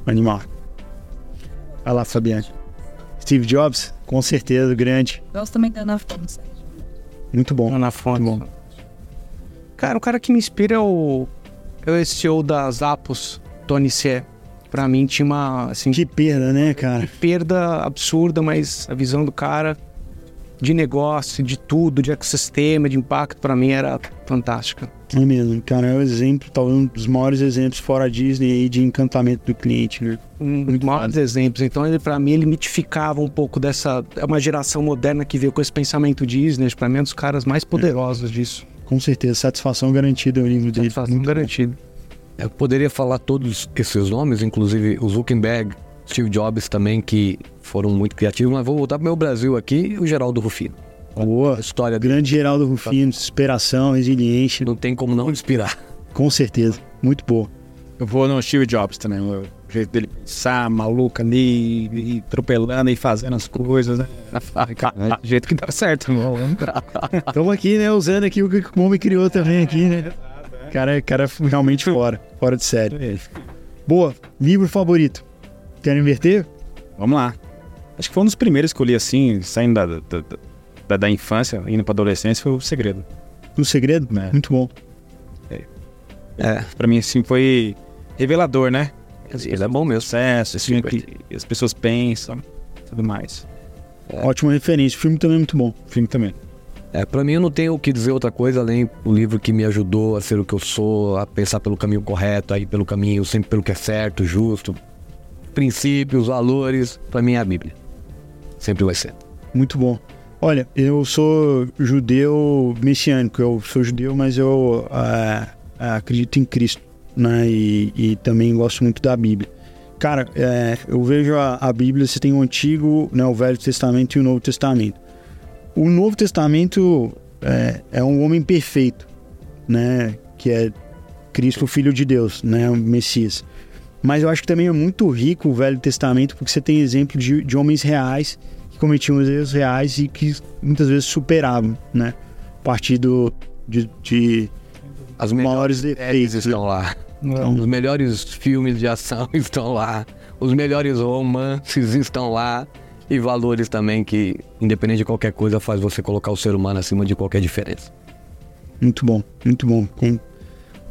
Vai lá, Fabiane. Steve Jobs, com certeza, grande. Gosto também da Ana Fonte. Muito bom. Ana Fonte. Cara, o cara que me inspira é o CEO das Apos, Tony Hsieh. Pra mim tinha uma, assim... Que perda, né, cara? Perda absurda, mas a visão do cara de negócio, de tudo, de ecossistema, de impacto, pra mim era fantástica. É mesmo, cara, é o exemplo, talvez um dos maiores exemplos fora a Disney aí de encantamento do cliente, né? Um dos maiores exemplos. Então, pra mim, ele mitificava um pouco dessa... É uma geração moderna que veio com esse pensamento Disney. Pra mim, é um dos caras mais poderosos disso. Com certeza, satisfação garantida é o livro dele. Satisfação garantida. Eu poderia falar todos esses nomes, inclusive o Zuckerberg, Steve Jobs também, que foram muito criativos, mas vou voltar para o meu Brasil aqui, o Geraldo Rufino. Boa, história grande Geraldo Rufino, inspiração, resiliência. Não tem como não inspirar. Com certeza, muito boa. Eu vou no Steve Jobs também, o jeito dele pensar, maluco ali, e atropelando e fazendo as coisas, né? Do jeito que dá certo, irmão. Estamos aqui, né, usando aqui o que o homem criou também aqui, né? Cara realmente fora de série. Boa, livro favorito? Quer inverter? Vamos lá. Acho que foi um dos primeiros que eu li assim, saindo da infância, indo pra adolescência, foi O Segredo. O Segredo? É. Muito bom. Pra mim, assim, foi revelador, né? Ele é bom mesmo. Sucesso, assim, que as pessoas pensam, tudo mais. Ótima referência. O filme também é muito bom. O filme também. Pra mim eu não tenho o que dizer outra coisa além do livro que me ajudou a ser o que eu sou, a pensar pelo caminho correto, a ir pelo caminho sempre pelo que é certo, justo. Princípios, valores, pra mim é a Bíblia. Sempre vai ser. Muito bom. Olha, eu sou judeu messiânico, eu sou judeu, mas eu acredito em Cristo, né? E também gosto muito da Bíblia. Cara, eu vejo a Bíblia, você tem o Antigo, né, o Velho Testamento e o Novo Testamento. O Novo Testamento é um homem perfeito, né? Que é Cristo, o Filho de Deus, né? O Messias. Mas eu acho que também é muito rico o Velho Testamento, porque você tem exemplo de homens reais que cometiam os erros reais e que muitas vezes superavam, né? A partir de As maiores séries defeitos estão lá. Os melhores filmes de ação estão lá. Os melhores romances estão lá. E valores também que, independente de qualquer coisa, faz você colocar o ser humano acima de qualquer diferença. Muito bom, muito bom.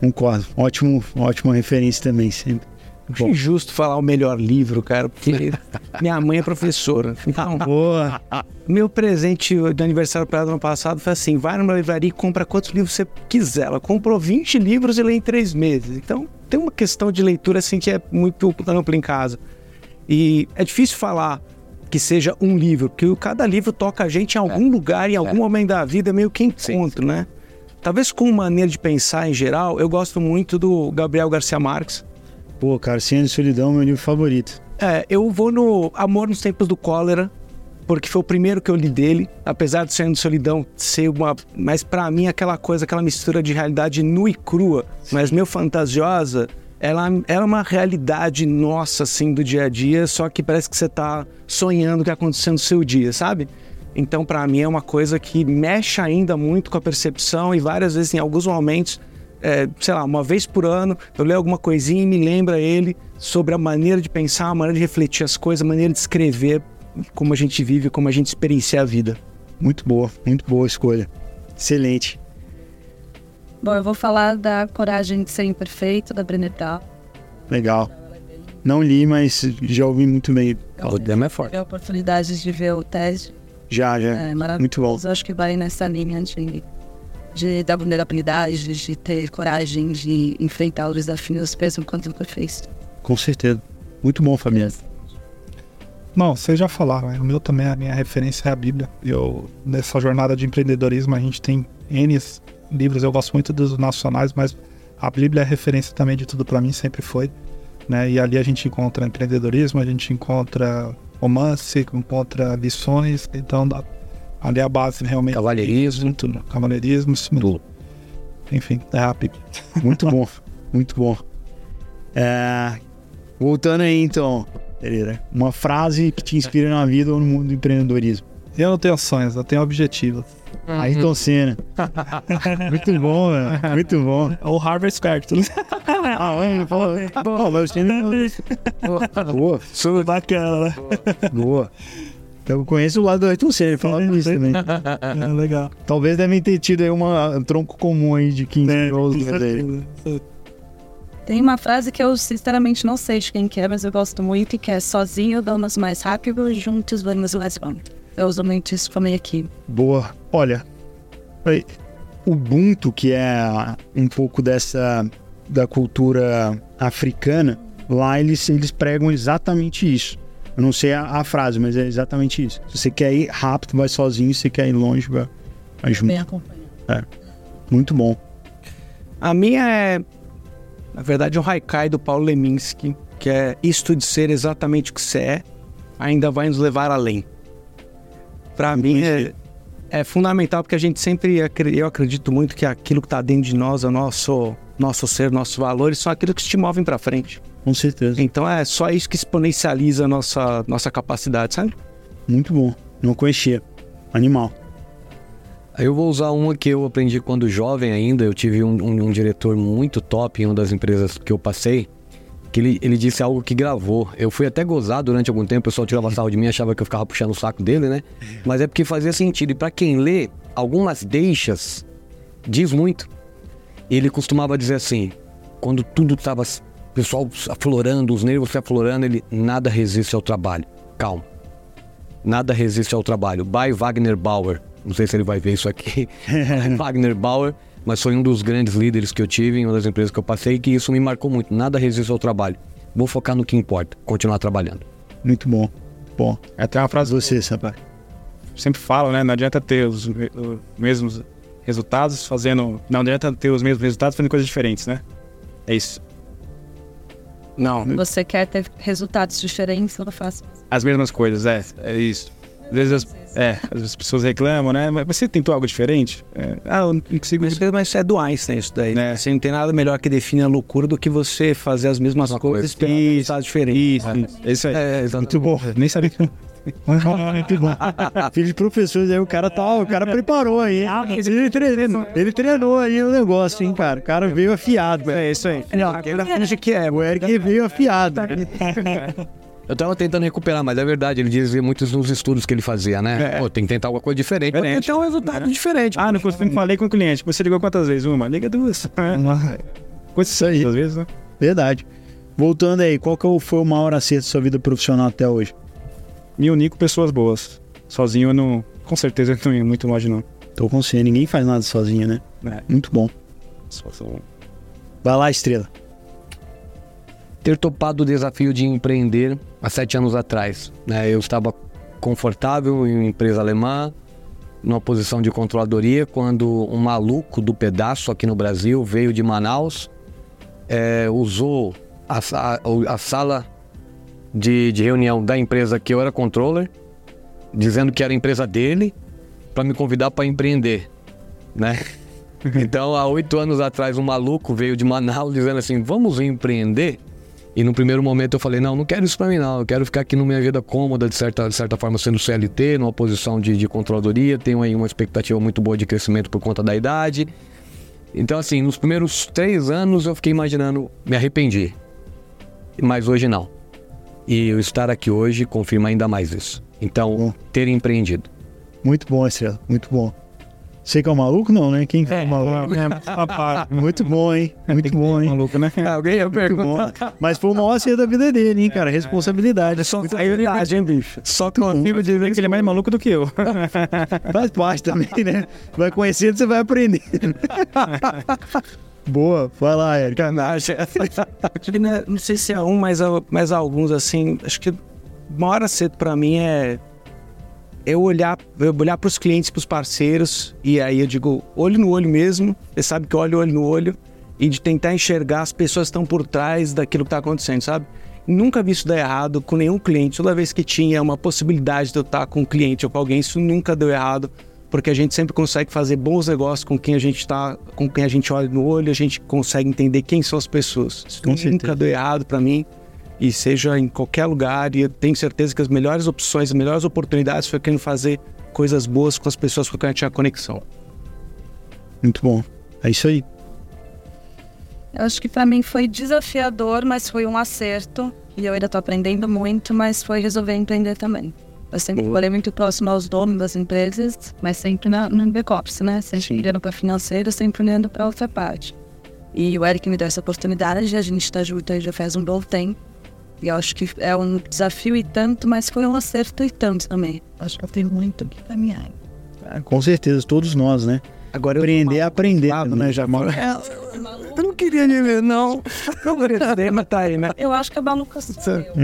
Concordo. Ótima referência também, sempre. Acho injusto falar o melhor livro, cara, porque minha mãe é professora. Então, Boa. meu presente de aniversário para ela no ano passado foi assim: vai numa livraria e compra quantos livros você quiser. Ela comprou 20 livros e lê em 3 meses. Então, tem uma questão de leitura assim que é muito ampla em casa. E é difícil falar que seja um livro, porque cada livro toca a gente em algum lugar, em algum momento da vida, é meio que encontro, né? Talvez com maneira de pensar em geral, eu gosto muito do Gabriel Garcia Marques. Pô, cara, 100 Anos de Solidão é meu livro favorito. Eu vou no Amor nos Tempos do Cólera, porque foi o primeiro que eu li dele, apesar de 100 Anos de Solidão ser uma... Mas pra mim aquela mistura de realidade nua e crua, mas meio fantasiosa, ela é uma realidade nossa, assim, do dia a dia, só que parece que você tá sonhando o que aconteceu no seu dia, sabe? Então pra mim é uma coisa que mexe ainda muito com a percepção e várias vezes, em alguns momentos, sei lá, uma vez por ano, eu leio alguma coisinha e me lembra ele sobre a maneira de pensar, a maneira de refletir as coisas, a maneira de escrever, como a gente vive, como a gente experiencia a vida. Muito boa escolha. Excelente. Bom, eu vou falar da Coragem de Ser Imperfeito, da Brené Brown. Legal. Não li, mas já ouvi muito bem. O tema é forte. Tive a oportunidade de ver o TED. Já. É maravilhoso. Muito bom. Eu acho que vai nessa linha da vulnerabilidade, de ter coragem de enfrentar os desafios, mesmo quando imperfeito. Com certeza. Muito bom, Fabiano. Não, vocês já falaram, o meu também, a minha referência é a Bíblia. Nessa jornada de empreendedorismo, a gente tem N livros, eu gosto muito dos nacionais, mas a Bíblia é referência também de tudo para mim, sempre foi, né? E ali a gente encontra empreendedorismo, a gente encontra romance, encontra lições, então ali é a base realmente. Cavalheirismo. Tudo. Cavalheirismo, tudo. Enfim, é a Bíblia. Muito bom, muito bom. Voltando aí então, Pereira, uma frase que te inspira na vida ou no mundo do empreendedorismo. Eu não tenho sonhos, eu tenho objetivos. Ayrton Senna. Muito bom, velho. Muito bom. O Harvard Square, tudo. Bom, mas o Senna... Boa. Super bacana, né? Boa. Eu conheço o lado do Ayrton Senna, ele falava isso também. Legal. Talvez devem ter tido aí um tronco comum aí de 15 gols dele. Tem uma frase que eu sinceramente não sei de quem que é, mas eu gosto muito, que é: sozinho vamos mais rápido, juntos vamos mais longe. Eu uso muito isso também aqui. Boa. Olha, o Ubuntu, que é um pouco da cultura africana, lá eles pregam exatamente isso. Eu não sei a frase, mas é exatamente isso. Se você quer ir rápido, vai sozinho. Se você quer ir longe, vai junto. Bem acompanhado. Muito bom. A minha é, na verdade, um haikai do Paulo Leminski, que é: isto de ser exatamente o que você é, ainda vai nos levar além. Para mim é fundamental, porque a gente sempre, eu acredito muito que aquilo que está dentro de nós, é o nosso ser, nossos valores, são aquilo que te movem para frente. Com certeza. Então é só isso que exponencializa a nossa capacidade, sabe? Muito bom. Não conhecia. Animal. Aí eu vou usar uma que eu aprendi quando jovem ainda. Eu tive um diretor muito top em uma das empresas que eu passei, que ele disse algo que gravou. Eu fui até gozado durante algum tempo, o pessoal tirava sarro de mim, achava que eu ficava puxando o saco dele, né? Mas é porque fazia sentido. E pra quem lê, algumas deixas diz muito. Ele costumava dizer assim, quando tudo tava, o pessoal aflorando, os nervos se aflorando, ele: nada resiste ao trabalho. Calma. Nada resiste ao trabalho. By Wagner Bauer. Não sei se ele vai ver isso aqui. Wagner Bauer. Mas foi um dos grandes líderes que eu tive em uma das empresas que eu passei, que isso me marcou muito. Nada resiste ao trabalho. Vou focar no que importa, continuar trabalhando. Muito bom. Bom. Tem uma frase Você, rapaz. sempre falo, né? Não adianta ter os mesmos resultados fazendo... Não adianta ter os mesmos resultados fazendo coisas diferentes, né? É isso. Não. Você quer ter resultados diferentes, eu não faço. As mesmas coisas, é isso. Às vezes as pessoas reclamam, né? Mas você tentou algo diferente? Eu não consigo... Mas é do Einstein isso daí, né? Você não tem nada melhor que define a loucura do que você fazer as mesmas coisas e esperar resultados diferentes. Isso aí. Muito bom. Nem sabia que... Muito bom. Filho de professores, aí o cara preparou aí. Ele treinou aí o negócio, hein, cara. O cara veio afiado. É isso aí. O Eric veio afiado. Eu tava tentando recuperar, mas é verdade, ele dizia muitos nos estudos que ele fazia, né? Pô, tem que tentar alguma coisa diferente. Pra tentar um resultado diferente. Não falei com o cliente. Você ligou quantas vezes? Uma? Liga duas. Coisa Isso aí. às vezes, né? Verdade. Voltando aí, qual que foi o maior acerto da sua vida profissional até hoje? Me unir com pessoas boas. Sozinho eu não... Com certeza eu não ia muito longe, não. Tô com você, ninguém faz nada sozinho, né? Muito bom. Vai lá, Estrela. Ter topado o desafio de empreender há 7 anos atrás, né? Eu estava confortável em uma empresa alemã, numa posição de controladoria, quando um maluco do pedaço aqui no Brasil veio de Manaus, usou a sala de reunião da empresa que eu era controller, dizendo que era a empresa dele, para me convidar para empreender, né? Então, há 8 anos atrás, um maluco veio de Manaus dizendo assim, vamos empreender? E no primeiro momento eu falei, não quero isso para mim não, eu quero ficar aqui numa vida cômoda, de certa forma sendo CLT, numa posição de controladoria, tenho aí uma expectativa muito boa de crescimento por conta da idade. Então assim, nos primeiros 3 anos eu fiquei imaginando, me arrependi, mas hoje não. E eu estar aqui hoje confirma ainda mais isso. Então, ter empreendido. Muito bom, Estrela, muito bom. Você que é o maluco, não, né? Quem é o maluco? Muito bom, hein? Muito bom, hein? Maluco, né? Alguém ia perguntar. Mas foi o maior acerto da vida dele, hein, cara? Responsabilidade. Responsabilidade, hein, bicho? Só consigo dizer que ele é mais maluco do que eu. Faz parte também, né? Vai conhecendo, você vai aprender. Boa, vai lá, Eric. Canagem. Não sei se é um, mas alguns, assim, acho que o maior acerto pra mim é eu olhar para os clientes, para os parceiros, e aí eu digo olho no olho mesmo, você sabe que eu olho no olho, e de tentar enxergar as pessoas que estão por trás daquilo que está acontecendo, sabe? Nunca vi isso dar errado com nenhum cliente. Toda vez que tinha uma possibilidade de eu estar com um cliente ou com alguém, isso nunca deu errado, porque a gente sempre consegue fazer bons negócios com quem a gente está, com quem a gente olha no olho, a gente consegue entender quem são as pessoas. Isso nunca deu errado para mim. E seja em qualquer lugar, e eu tenho certeza que as melhores opções, as melhores oportunidades foi querendo fazer coisas boas com as pessoas com quem a gente tinha conexão. Muito bom. É isso aí. Eu acho que pra mim foi desafiador, mas foi um acerto. E eu ainda tô aprendendo muito, mas foi resolver empreender também. Eu sempre falei muito próximo aos donos das empresas, mas sempre no back-office, né? Sempre olhando pra financeiro, sempre olhando pra outra parte. E o Eric me deu essa oportunidade, a gente tá junto aí já faz um bom tempo. E eu acho que é um desafio e tanto, mas foi um acerto e tanto também. Acho que eu tenho muito que caminhar. Com certeza, todos nós, né? Agora aprender a aprender, né? Já moro. Eu não queria nem ver, não. Não queria, mas tá aí, né? Eu acho que a maluca sou eu.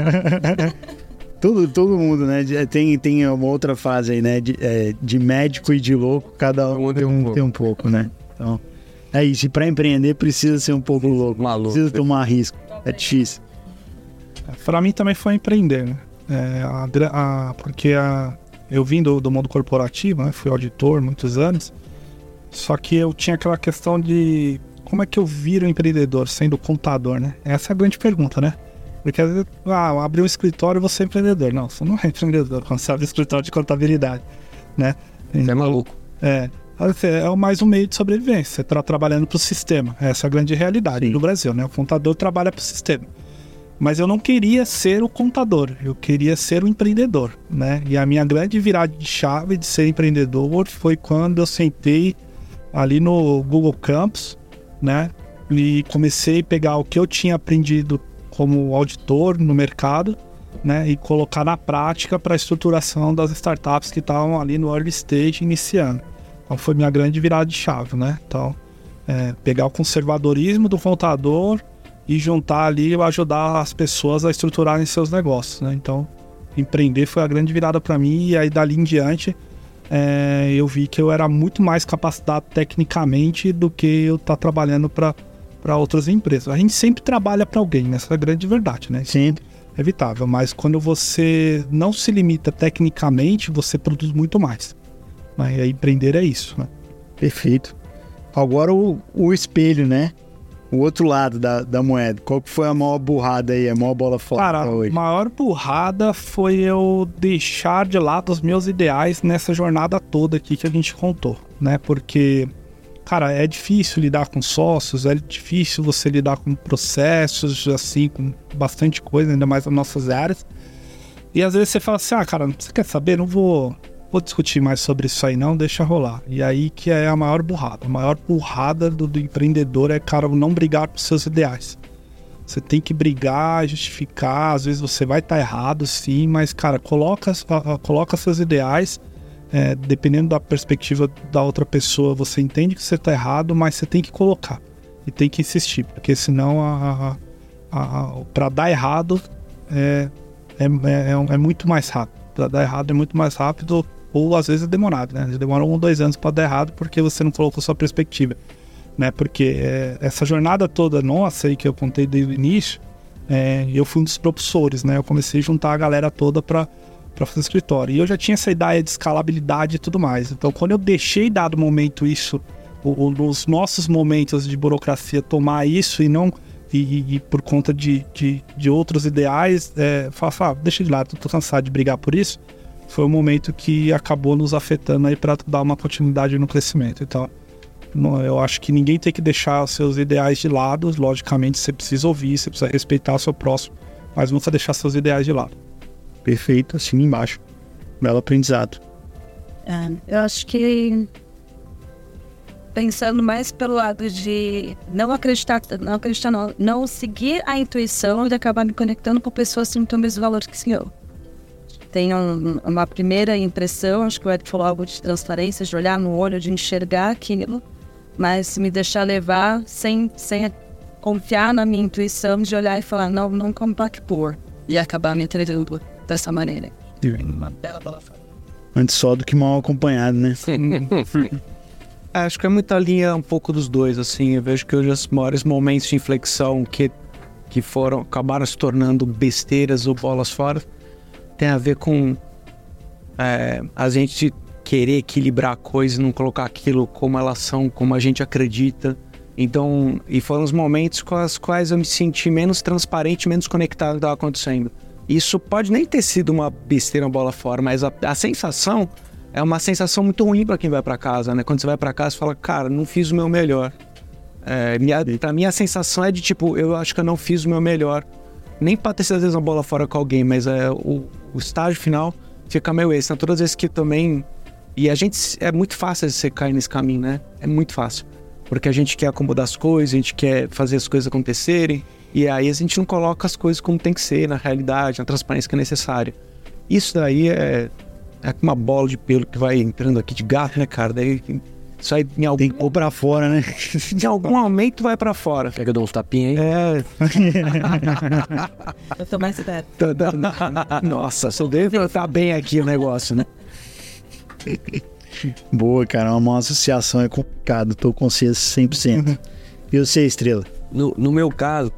Todo mundo, né? Tem uma outra frase aí, né? De médico e de louco, cada um tem um pouco, né? Então, é isso. E pra empreender precisa ser um pouco louco. Maluco. Precisa tomar risco. É difícil. Para mim também foi empreender, né? Porque eu vim do mundo corporativo, né? Fui auditor muitos anos, só que eu tinha aquela questão de como é que eu viro empreendedor sendo contador, né? Essa é a grande pergunta, né? Porque às vezes, abrir um escritório e você é empreendedor. Não, você não é empreendedor quando você abre um escritório de contabilidade, né? Você é maluco. É mais um meio de sobrevivência, você está trabalhando para o sistema. Essa é a grande realidade no Brasil, né? O contador trabalha para o sistema. Mas eu não queria ser o contador, eu queria ser o empreendedor, né? E a minha grande virada de chave de ser empreendedor foi quando eu sentei ali no Google Campus, né? E comecei a pegar o que eu tinha aprendido como auditor no mercado, né? E colocar na prática para a estruturação das startups que estavam ali no early stage iniciando. Então foi minha grande virada de chave, né? Então, pegar o conservadorismo do contador e juntar ali e ajudar as pessoas a estruturarem seus negócios, né? Então, empreender foi a grande virada para mim, e aí dali em diante eu vi que eu era muito mais capacitado tecnicamente do que eu estar trabalhando para outras empresas. A gente sempre trabalha para alguém, né? Essa é a grande verdade, né? Sempre. É evitável, mas quando você não se limita tecnicamente, você produz muito mais. Mas empreender é isso, né? Perfeito. Agora o espelho, né? O outro lado da moeda. Qual que foi a maior burrada aí, a maior bola fora? Cara, hoje? A maior burrada foi eu deixar de lado os meus ideais nessa jornada toda aqui que a gente contou, né? Porque, cara, é difícil lidar com sócios, é difícil você lidar com processos, assim, com bastante coisa, ainda mais nas nossas áreas. E às vezes você fala assim, cara, você quer saber? Não vou vou discutir mais sobre isso aí não, deixa rolar. E aí que é a maior burrada. A maior burrada do empreendedor é, cara, não brigar por seus ideais. Você tem que brigar, justificar, às vezes você vai estar errado, sim, mas, cara, coloca seus ideais, dependendo da perspectiva da outra pessoa, você entende que você está errado, mas você tem que colocar e tem que insistir, porque senão para dar errado é muito mais rápido. Para dar errado é muito mais rápido, ou às vezes é demorado, né? Demora 1 ou 2 anos para dar errado porque você não colocou sua perspectiva. Né, porque essa jornada toda nossa aí que eu contei desde o início, eu fui um dos propulsores, né? Eu comecei a juntar a galera toda para fazer escritório. E eu já tinha essa ideia de escalabilidade e tudo mais. Então, quando eu deixei, dado momento, isso, nos nossos momentos de burocracia, tomar isso e não... E por conta de outros ideais, falar, deixa de lado, tô cansado de brigar por isso. Foi um momento que acabou nos afetando aí para dar uma continuidade no crescimento. Então, eu acho que ninguém tem que deixar os seus ideais de lado. Logicamente, você precisa ouvir, você precisa respeitar o seu próximo, mas nunca deixar seus ideais de lado. Perfeito, assina embaixo. Belo aprendizado. Eu acho que pensando mais pelo lado de não seguir a intuição e de acabar me conectando com pessoas que não têm o mesmo valor que eu. Tenho uma primeira impressão, acho que o Ed falou algo de transparência, de olhar no olho, de enxergar aquilo, mas me deixar levar sem confiar na minha intuição, de olhar e falar, não compactuar, e acabar me entregando dessa maneira. Antes só do que mal acompanhado, né? Acho que é muita linha um pouco dos dois, assim. Eu vejo que hoje os maiores momentos de inflexão que acabaram se tornando besteiras ou bolas fora, tem a ver com a gente querer equilibrar a coisa e não colocar aquilo como elas são, como a gente acredita. Então, e foram os momentos com os quais eu me senti menos transparente, menos conectado com o que estava acontecendo. Isso pode nem ter sido uma besteira, uma bola fora, mas a sensação é uma sensação muito ruim para quem vai para casa, né? Quando você vai para casa, você fala, cara, não fiz o meu melhor. Pra mim, a sensação é de tipo, eu acho que eu não fiz o meu melhor. Nem para ter às vezes uma bola fora com alguém, mas o estágio final fica meio esse. Então, todas as vezes que também... E a gente... É muito fácil você cair nesse caminho, né? É muito fácil. Porque a gente quer acomodar as coisas, a gente quer fazer as coisas acontecerem. E aí a gente não coloca as coisas como tem que ser, na realidade, na transparência que é necessária. Isso daí é uma bola de pelo que vai entrando aqui de gato, né, cara? Daí... Isso aí tem que pôr pra fora, né? Em algum momento vai pra fora. Quer que eu dou uns tapinhas aí? Eu tô mais perto. Nossa, só deve estar bem aqui o negócio, né? Boa, cara. Uma associação é complicado. Tô com você 100%. E você, Estrela? No meu caso,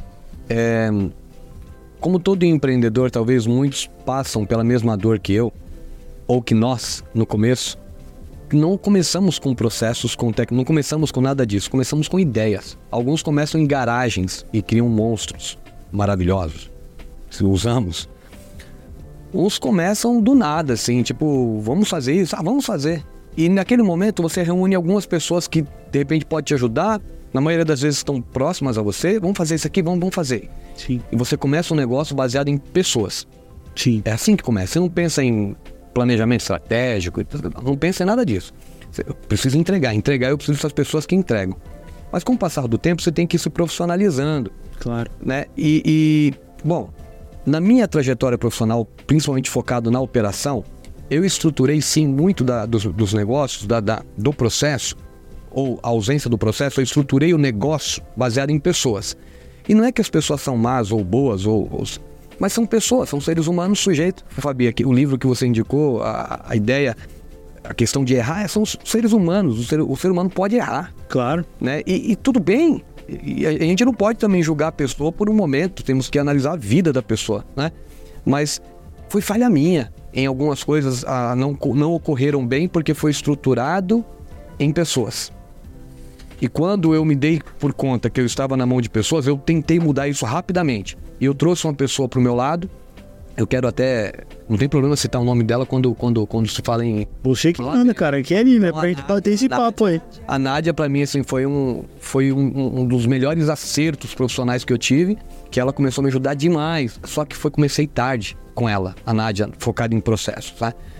como todo empreendedor, talvez muitos passam pela mesma dor que eu, ou que nós, no começo, não começamos com processos, não começamos com nada disso, começamos com ideias. Alguns começam em garagens e criam monstros maravilhosos, se usamos. Uns começam do nada, assim, tipo, vamos fazer isso? Vamos fazer. E naquele momento você reúne algumas pessoas que de repente podem te ajudar, na maioria das vezes estão próximas a você, vamos fazer isso aqui, vamos fazer. Sim. E você começa um negócio baseado em pessoas. Sim. É assim que começa, você não pensa em planejamento estratégico, não pensa em nada disso. Eu preciso entregar eu preciso dessas pessoas que entregam. Mas com o passar do tempo você tem que ir se profissionalizando. Claro. Né? Bom, na minha trajetória profissional, principalmente focado na operação, eu estruturei sim muito dos negócios, do processo, ou a ausência do processo, eu estruturei o negócio baseado em pessoas. E não é que as pessoas são más ou boas, mas são pessoas, são seres humanos sujeitos. Fabi, aqui, o livro que você indicou, a ideia, a questão de errar, são seres humanos. O ser humano pode errar. Claro. Né? E tudo bem. E a gente não pode também julgar a pessoa por um momento. Temos que analisar a vida da pessoa, né? Mas foi falha minha. Em algumas coisas não ocorreram bem porque foi estruturado em pessoas. E quando eu me dei por conta que eu estava na mão de pessoas, eu tentei mudar isso rapidamente. E eu trouxe uma pessoa pro meu lado. Eu quero até... Não tem problema citar o nome dela quando se fala em... Você que manda, cara. Que é ali, né? Pra gente bater esse papo aí. A Nádia, pra mim, assim, foi um dos melhores acertos profissionais que eu tive. Que ela começou a me ajudar demais. Só que comecei tarde com ela, a Nádia, focada em processos, tá?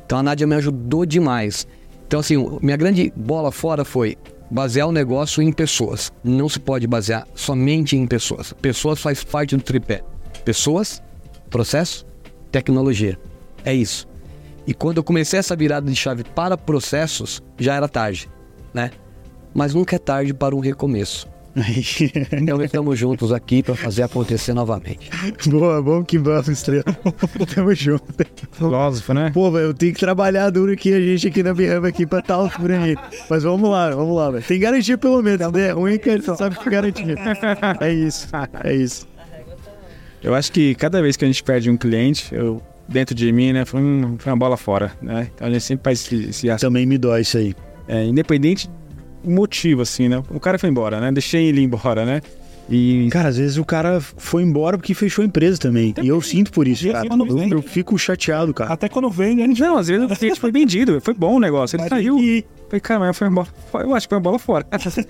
Então a Nádia me ajudou demais. Então assim, minha grande bola fora foi basear o negócio em pessoas. Não se pode basear somente em pessoas. Pessoas faz parte do tripé. Pessoas, processo, tecnologia. É isso. E quando eu comecei essa virada de chave para processos, já era tarde, né? Mas nunca é tarde para um recomeço. Então estamos juntos aqui para fazer acontecer novamente. Boa, vamos que vamos, Estrela. Tamo junto. Filósofo, né? Pô, velho, eu tenho que trabalhar duro aqui, a gente aqui na Birrama aqui pra tal por aí. Mas vamos lá, velho. Tem garantia pelo menos, né? O ruim que a gente sabe que garantia. É isso. Eu acho que cada vez que a gente perde um cliente, dentro de mim, né, foi uma bola fora, né? Então a gente sempre faz esse Também me dói isso aí. independente do motivo, assim, né? O cara foi embora, né? Deixei ele ir embora, né? E... Cara, às vezes o cara foi embora porque fechou a empresa também. E eu sinto por isso, cara. Eu fico chateado, cara. Até quando vem, a gente... Não, às vezes o cliente foi vendido, foi bom o negócio, ele saiu. Falei, cara, mas foi embora. Eu acho que foi uma bola fora.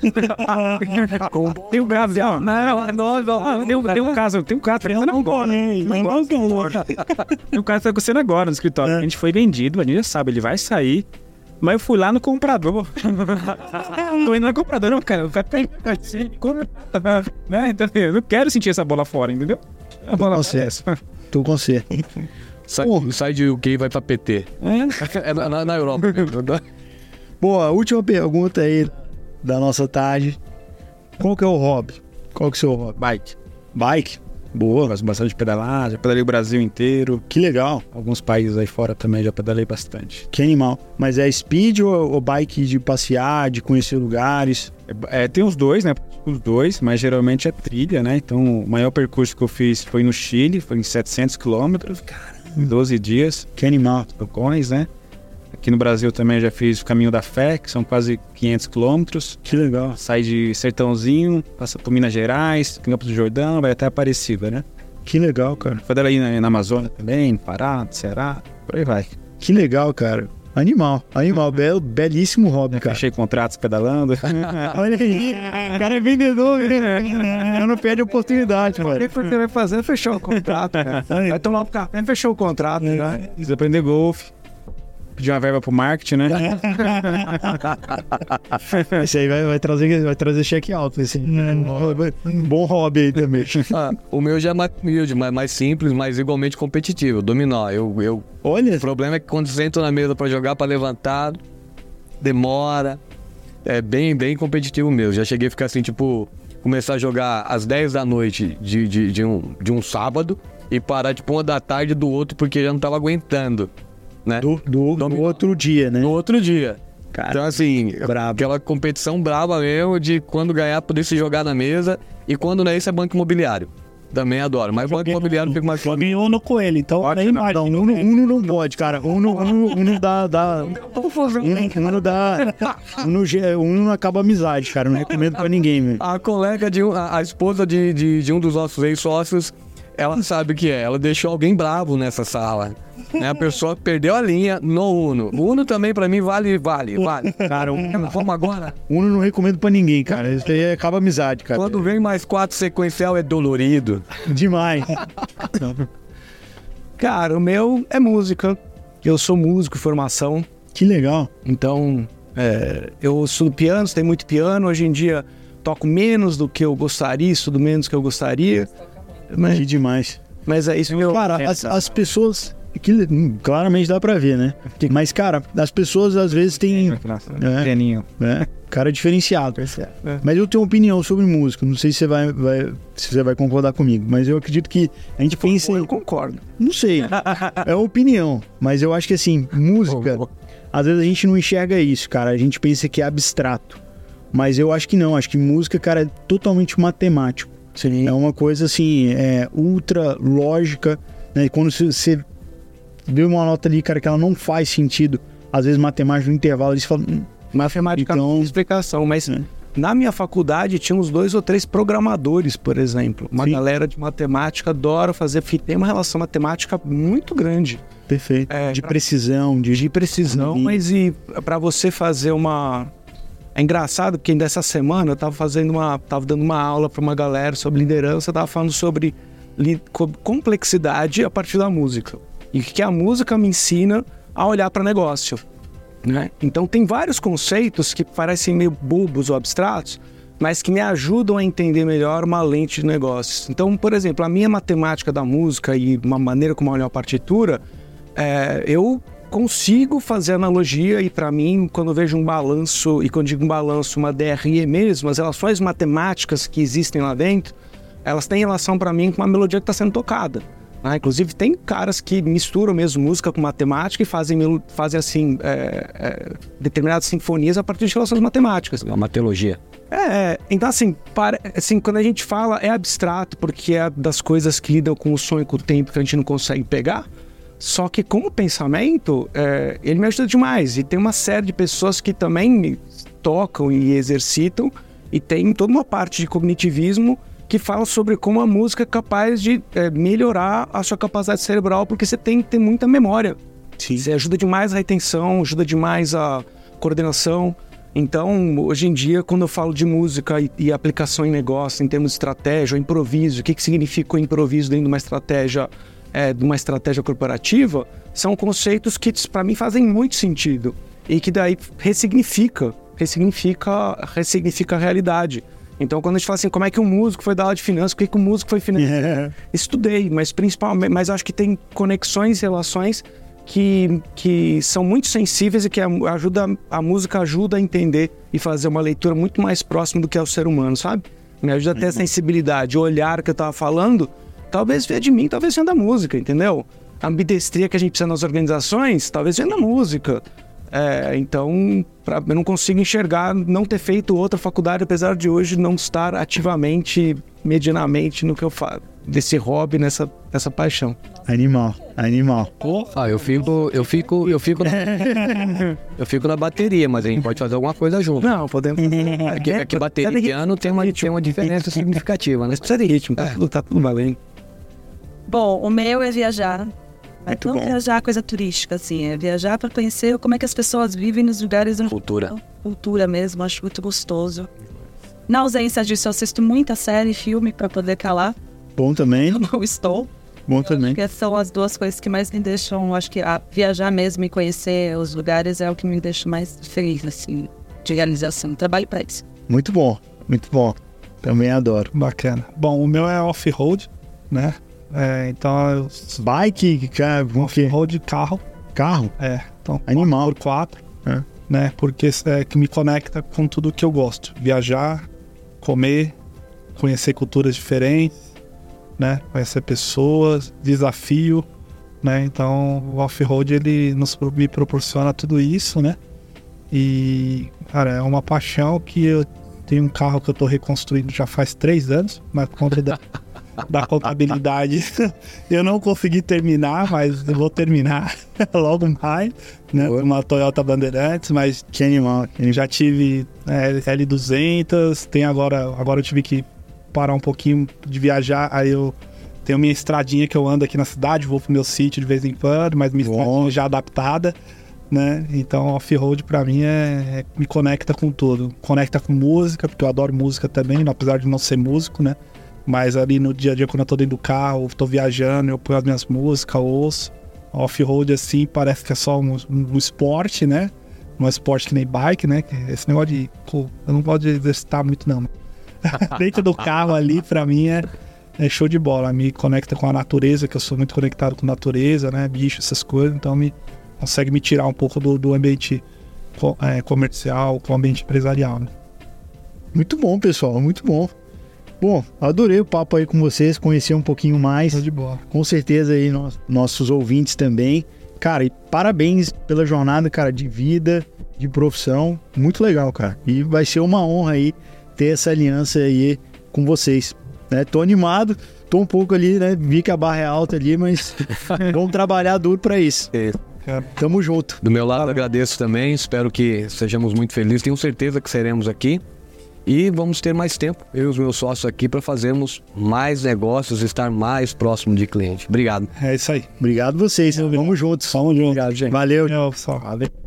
Tem um caso, tem um caso acontecendo agora. Tem um caso acontecendo agora no escritório. A gente foi vendido, a gente já sabe, ele vai sair. Mas eu fui lá no comprador. Tô indo no comprador, não, cara. Né? Então, eu não quero sentir essa bola fora, entendeu? A bola Tô com você. Sai de UK e vai pra PT. É na Europa. Boa, última pergunta aí da nossa tarde. Qual que é o hobby? Qual que é o seu hobby? Bike? Boa. Gosto bastante de pedalar, já pedalei o Brasil inteiro. Que legal. Alguns países aí fora também já pedalei bastante. Que animal. Mas é speed ou bike de passear, de conhecer lugares? Tem os dois, né? Os dois, mas geralmente é trilha, né? Então o maior percurso que eu fiz foi no Chile, foi em 700 quilômetros. Em 12 dias. Que animal. Balcões, né? Aqui no Brasil também já fiz o Caminho da Fé, que são quase 500 quilômetros. Que legal. Sai de Sertãozinho, passa por Minas Gerais, Campos do Jordão, vai até Aparecida, né? Que legal, cara. Foi dela aí na Amazônia também, no Pará, no Ceará, por aí vai. Que legal, cara. Animal. Belíssimo hobby, cara. Fechei contratos pedalando. Olha aí, o cara é vendedor, né? Eu não perde a oportunidade, mano. O que você vai fazer? Fechou o contrato, cara. Vai tomar um café, fechou o contrato, né? Quis aprender golfe. Pedir uma verba pro marketing, né? Esse aí vai trazer cheque alto. Esse um bom hobby aí também. O meu já é mais humilde, mais simples, mas igualmente competitivo. Dominó. Olha. O problema é que quando você entra na mesa pra jogar, pra levantar, demora. É bem competitivo mesmo. Já cheguei a ficar assim, tipo, começar a jogar às 10 da noite de um sábado e parar tipo 1 da tarde do outro porque já não tava aguentando. Né? Do outro dia, né? No outro dia. Cara, então, assim, brabo. Aquela competição braba mesmo de quando ganhar poder se jogar na mesa e quando não é isso é banco imobiliário. Também adoro, mas banco imobiliário fica mais Joguei Uno com ele, então nem Não, Uno não pode, cara. Uno dá. Uno acaba a amizade, cara. Não recomendo pra ninguém, velho. A colega a esposa de um dos nossos ex-sócios, ela sabe o que é. Ela deixou alguém bravo nessa sala. Né? A pessoa perdeu a linha no Uno. O Uno também, pra mim, vale. Cara, vamos agora? Uno não recomendo pra ninguém, cara. Isso aí acaba a amizade, cara. Quando vem mais 4 sequencial, é dolorido. Demais. Cara, o meu é música. Eu sou músico de formação. Que legal. Então, eu estudo piano, tem muito piano. Hoje em dia, toco menos do que eu gostaria, estudo menos do que eu gostaria. Que demais. Mas é isso, meu. Cara, as pessoas... Que claramente dá pra ver, né? Mas, cara, as pessoas às vezes têm... cara diferenciado. Mas eu tenho uma opinião sobre música. Não sei se você vai concordar comigo. Mas eu acredito que a gente pensa... Eu concordo. Não sei. É uma opinião. Mas eu acho que, assim, música... Às vezes a gente não enxerga isso, cara. A gente pensa que é abstrato. Mas eu acho que não. Acho que música, cara, é totalmente matemático. Sim. É uma coisa, assim, ultra lógica. Né? Quando você... vê uma nota ali, cara, que ela não faz sentido. Às vezes, matemática no intervalo, eles falam... Matemática não tem explicação, mas na minha faculdade tinha uns 2 ou 3 programadores, por exemplo. Uma galera de matemática adora fazer... Tem uma relação matemática muito grande. Perfeito. De precisão. De precisão, mas e para você fazer uma... É engraçado porque dessa semana eu tava dando uma aula para uma galera sobre liderança, eu tava falando sobre complexidade a partir da música. E o que a música me ensina a olhar para negócio, né? Então tem vários conceitos que parecem meio bobos ou abstratos, mas que me ajudam a entender melhor uma lente de negócios. Então, por exemplo, a minha matemática da música e uma maneira como eu olho a partitura, eu consigo fazer analogia e para mim, quando eu vejo um balanço, e quando digo um balanço, uma DRE mesmo, as relações matemáticas que existem lá dentro, elas têm relação para mim com uma melodia que está sendo tocada. Inclusive tem caras que misturam mesmo música com matemática e fazem assim, determinadas sinfonias a partir de relações matemáticas. Uma mateologia. Então assim, quando a gente fala é abstrato porque é das coisas que lidam com o som e com o tempo que a gente não consegue pegar, só que como pensamento, ele me ajuda demais. E tem uma série de pessoas que também me tocam e exercitam, e tem toda uma parte de cognitivismo que fala sobre como a música é capaz de melhorar a sua capacidade cerebral, porque você tem que ter muita memória. Sim. Você ajuda demais a retenção, ajuda demais a coordenação. Então, hoje em dia, quando eu falo de música e aplicação em negócio, em termos de estratégia, ou improviso, o que significa o improviso dentro de uma estratégia corporativa, são conceitos que, para mim, fazem muito sentido. E que daí ressignifica a realidade. Então, quando a gente fala assim, como é que um músico foi dar aula de finanças, por que o músico foi financeiro? Estudei, mas principalmente, acho que tem conexões, relações que são muito sensíveis e que a música ajuda a entender e fazer uma leitura muito mais próxima do que é o ser humano, sabe? Me ajuda a ter a sensibilidade, o olhar que eu estava falando, talvez venha de mim, talvez venha da música, entendeu? A ambidestria que a gente precisa nas organizações, talvez venha da música. Então, eu não consigo enxergar não ter feito outra faculdade, apesar de hoje não estar ativamente, medianamente no que eu faço, desse hobby, nessa paixão. Animal. Eu fico na bateria, mas a gente pode fazer alguma coisa junto. Não, podemos. É que bateria e piano tem uma diferença significativa, né? Mas precisa de ritmo, tá tudo valendo. Bom, o meu é viajar. Muito não bom. Viajar coisa turística, assim, é viajar para conhecer como é que as pessoas vivem nos lugares... Cultura mesmo, acho muito gostoso. Na ausência disso, eu assisto muita série e filme para poder calar. Bom também. Eu não estou. Bom também. Porque são as duas coisas que mais me deixam, acho que viajar mesmo e conhecer os lugares é o que me deixa mais feliz, assim, de realização. Trabalho para isso. Muito bom. Também adoro. Bacana. Bom, o meu é off-road, né? Então, Bike, off-road, carro. Carro? Então, Animal. 4x4, né? Porque que me conecta com tudo que eu gosto. Viajar, comer, conhecer culturas diferentes, né? Conhecer pessoas, desafio, né? Então, o off-road, ele me proporciona tudo isso, né? E, cara, é uma paixão que eu tenho um carro que eu tô reconstruindo já faz 3 anos, mas por conta da contabilidade eu não consegui terminar, mas eu vou terminar logo mais, né? Uma Toyota Bandeirantes, mas Que animal. já tive L200, tem agora eu tive que parar um pouquinho de viajar, aí eu tenho minha estradinha que eu ando aqui na cidade, vou pro meu sítio de vez em quando, mas minha estradinha já adaptada, né? Então off-road pra mim me conecta com tudo, conecta com música, porque eu adoro música também, apesar de não ser músico, né? Mas ali no dia a dia, quando eu tô dentro do carro, tô viajando, eu ponho as minhas músicas, ouço. Off-road, assim, parece que é só um esporte, né? Não é esporte que nem bike, né? Esse negócio de... eu não gosto de exercitar muito, não. Dentro do carro ali, pra mim, é show de bola. Me conecta com a natureza, que eu sou muito conectado com a natureza, né? Bicho, essas coisas. Então, consegue me tirar um pouco do ambiente comercial, com o ambiente empresarial, né? Muito bom, pessoal. Muito bom. Bom, adorei o papo aí com vocês, conhecer um pouquinho mais. Show de bola. Com certeza aí nossos ouvintes também. Cara, e parabéns pela jornada, cara, de vida, de profissão. Muito legal, cara. E vai ser uma honra aí ter essa aliança aí com vocês. Né? Tô animado, tô um pouco ali, né? Vi que a barra é alta ali, mas vamos trabalhar duro pra isso. Tamo junto. Do meu lado, agradeço também. Espero que sejamos muito felizes. Tenho certeza que seremos aqui. E vamos ter mais tempo, eu e os meus sócios aqui, para fazermos mais negócios, estar mais próximo de cliente. Obrigado. É isso aí. Obrigado vocês. Vamos juntos. Vamos juntos. Obrigado, gente. Valeu. Valeu, pessoal. Valeu.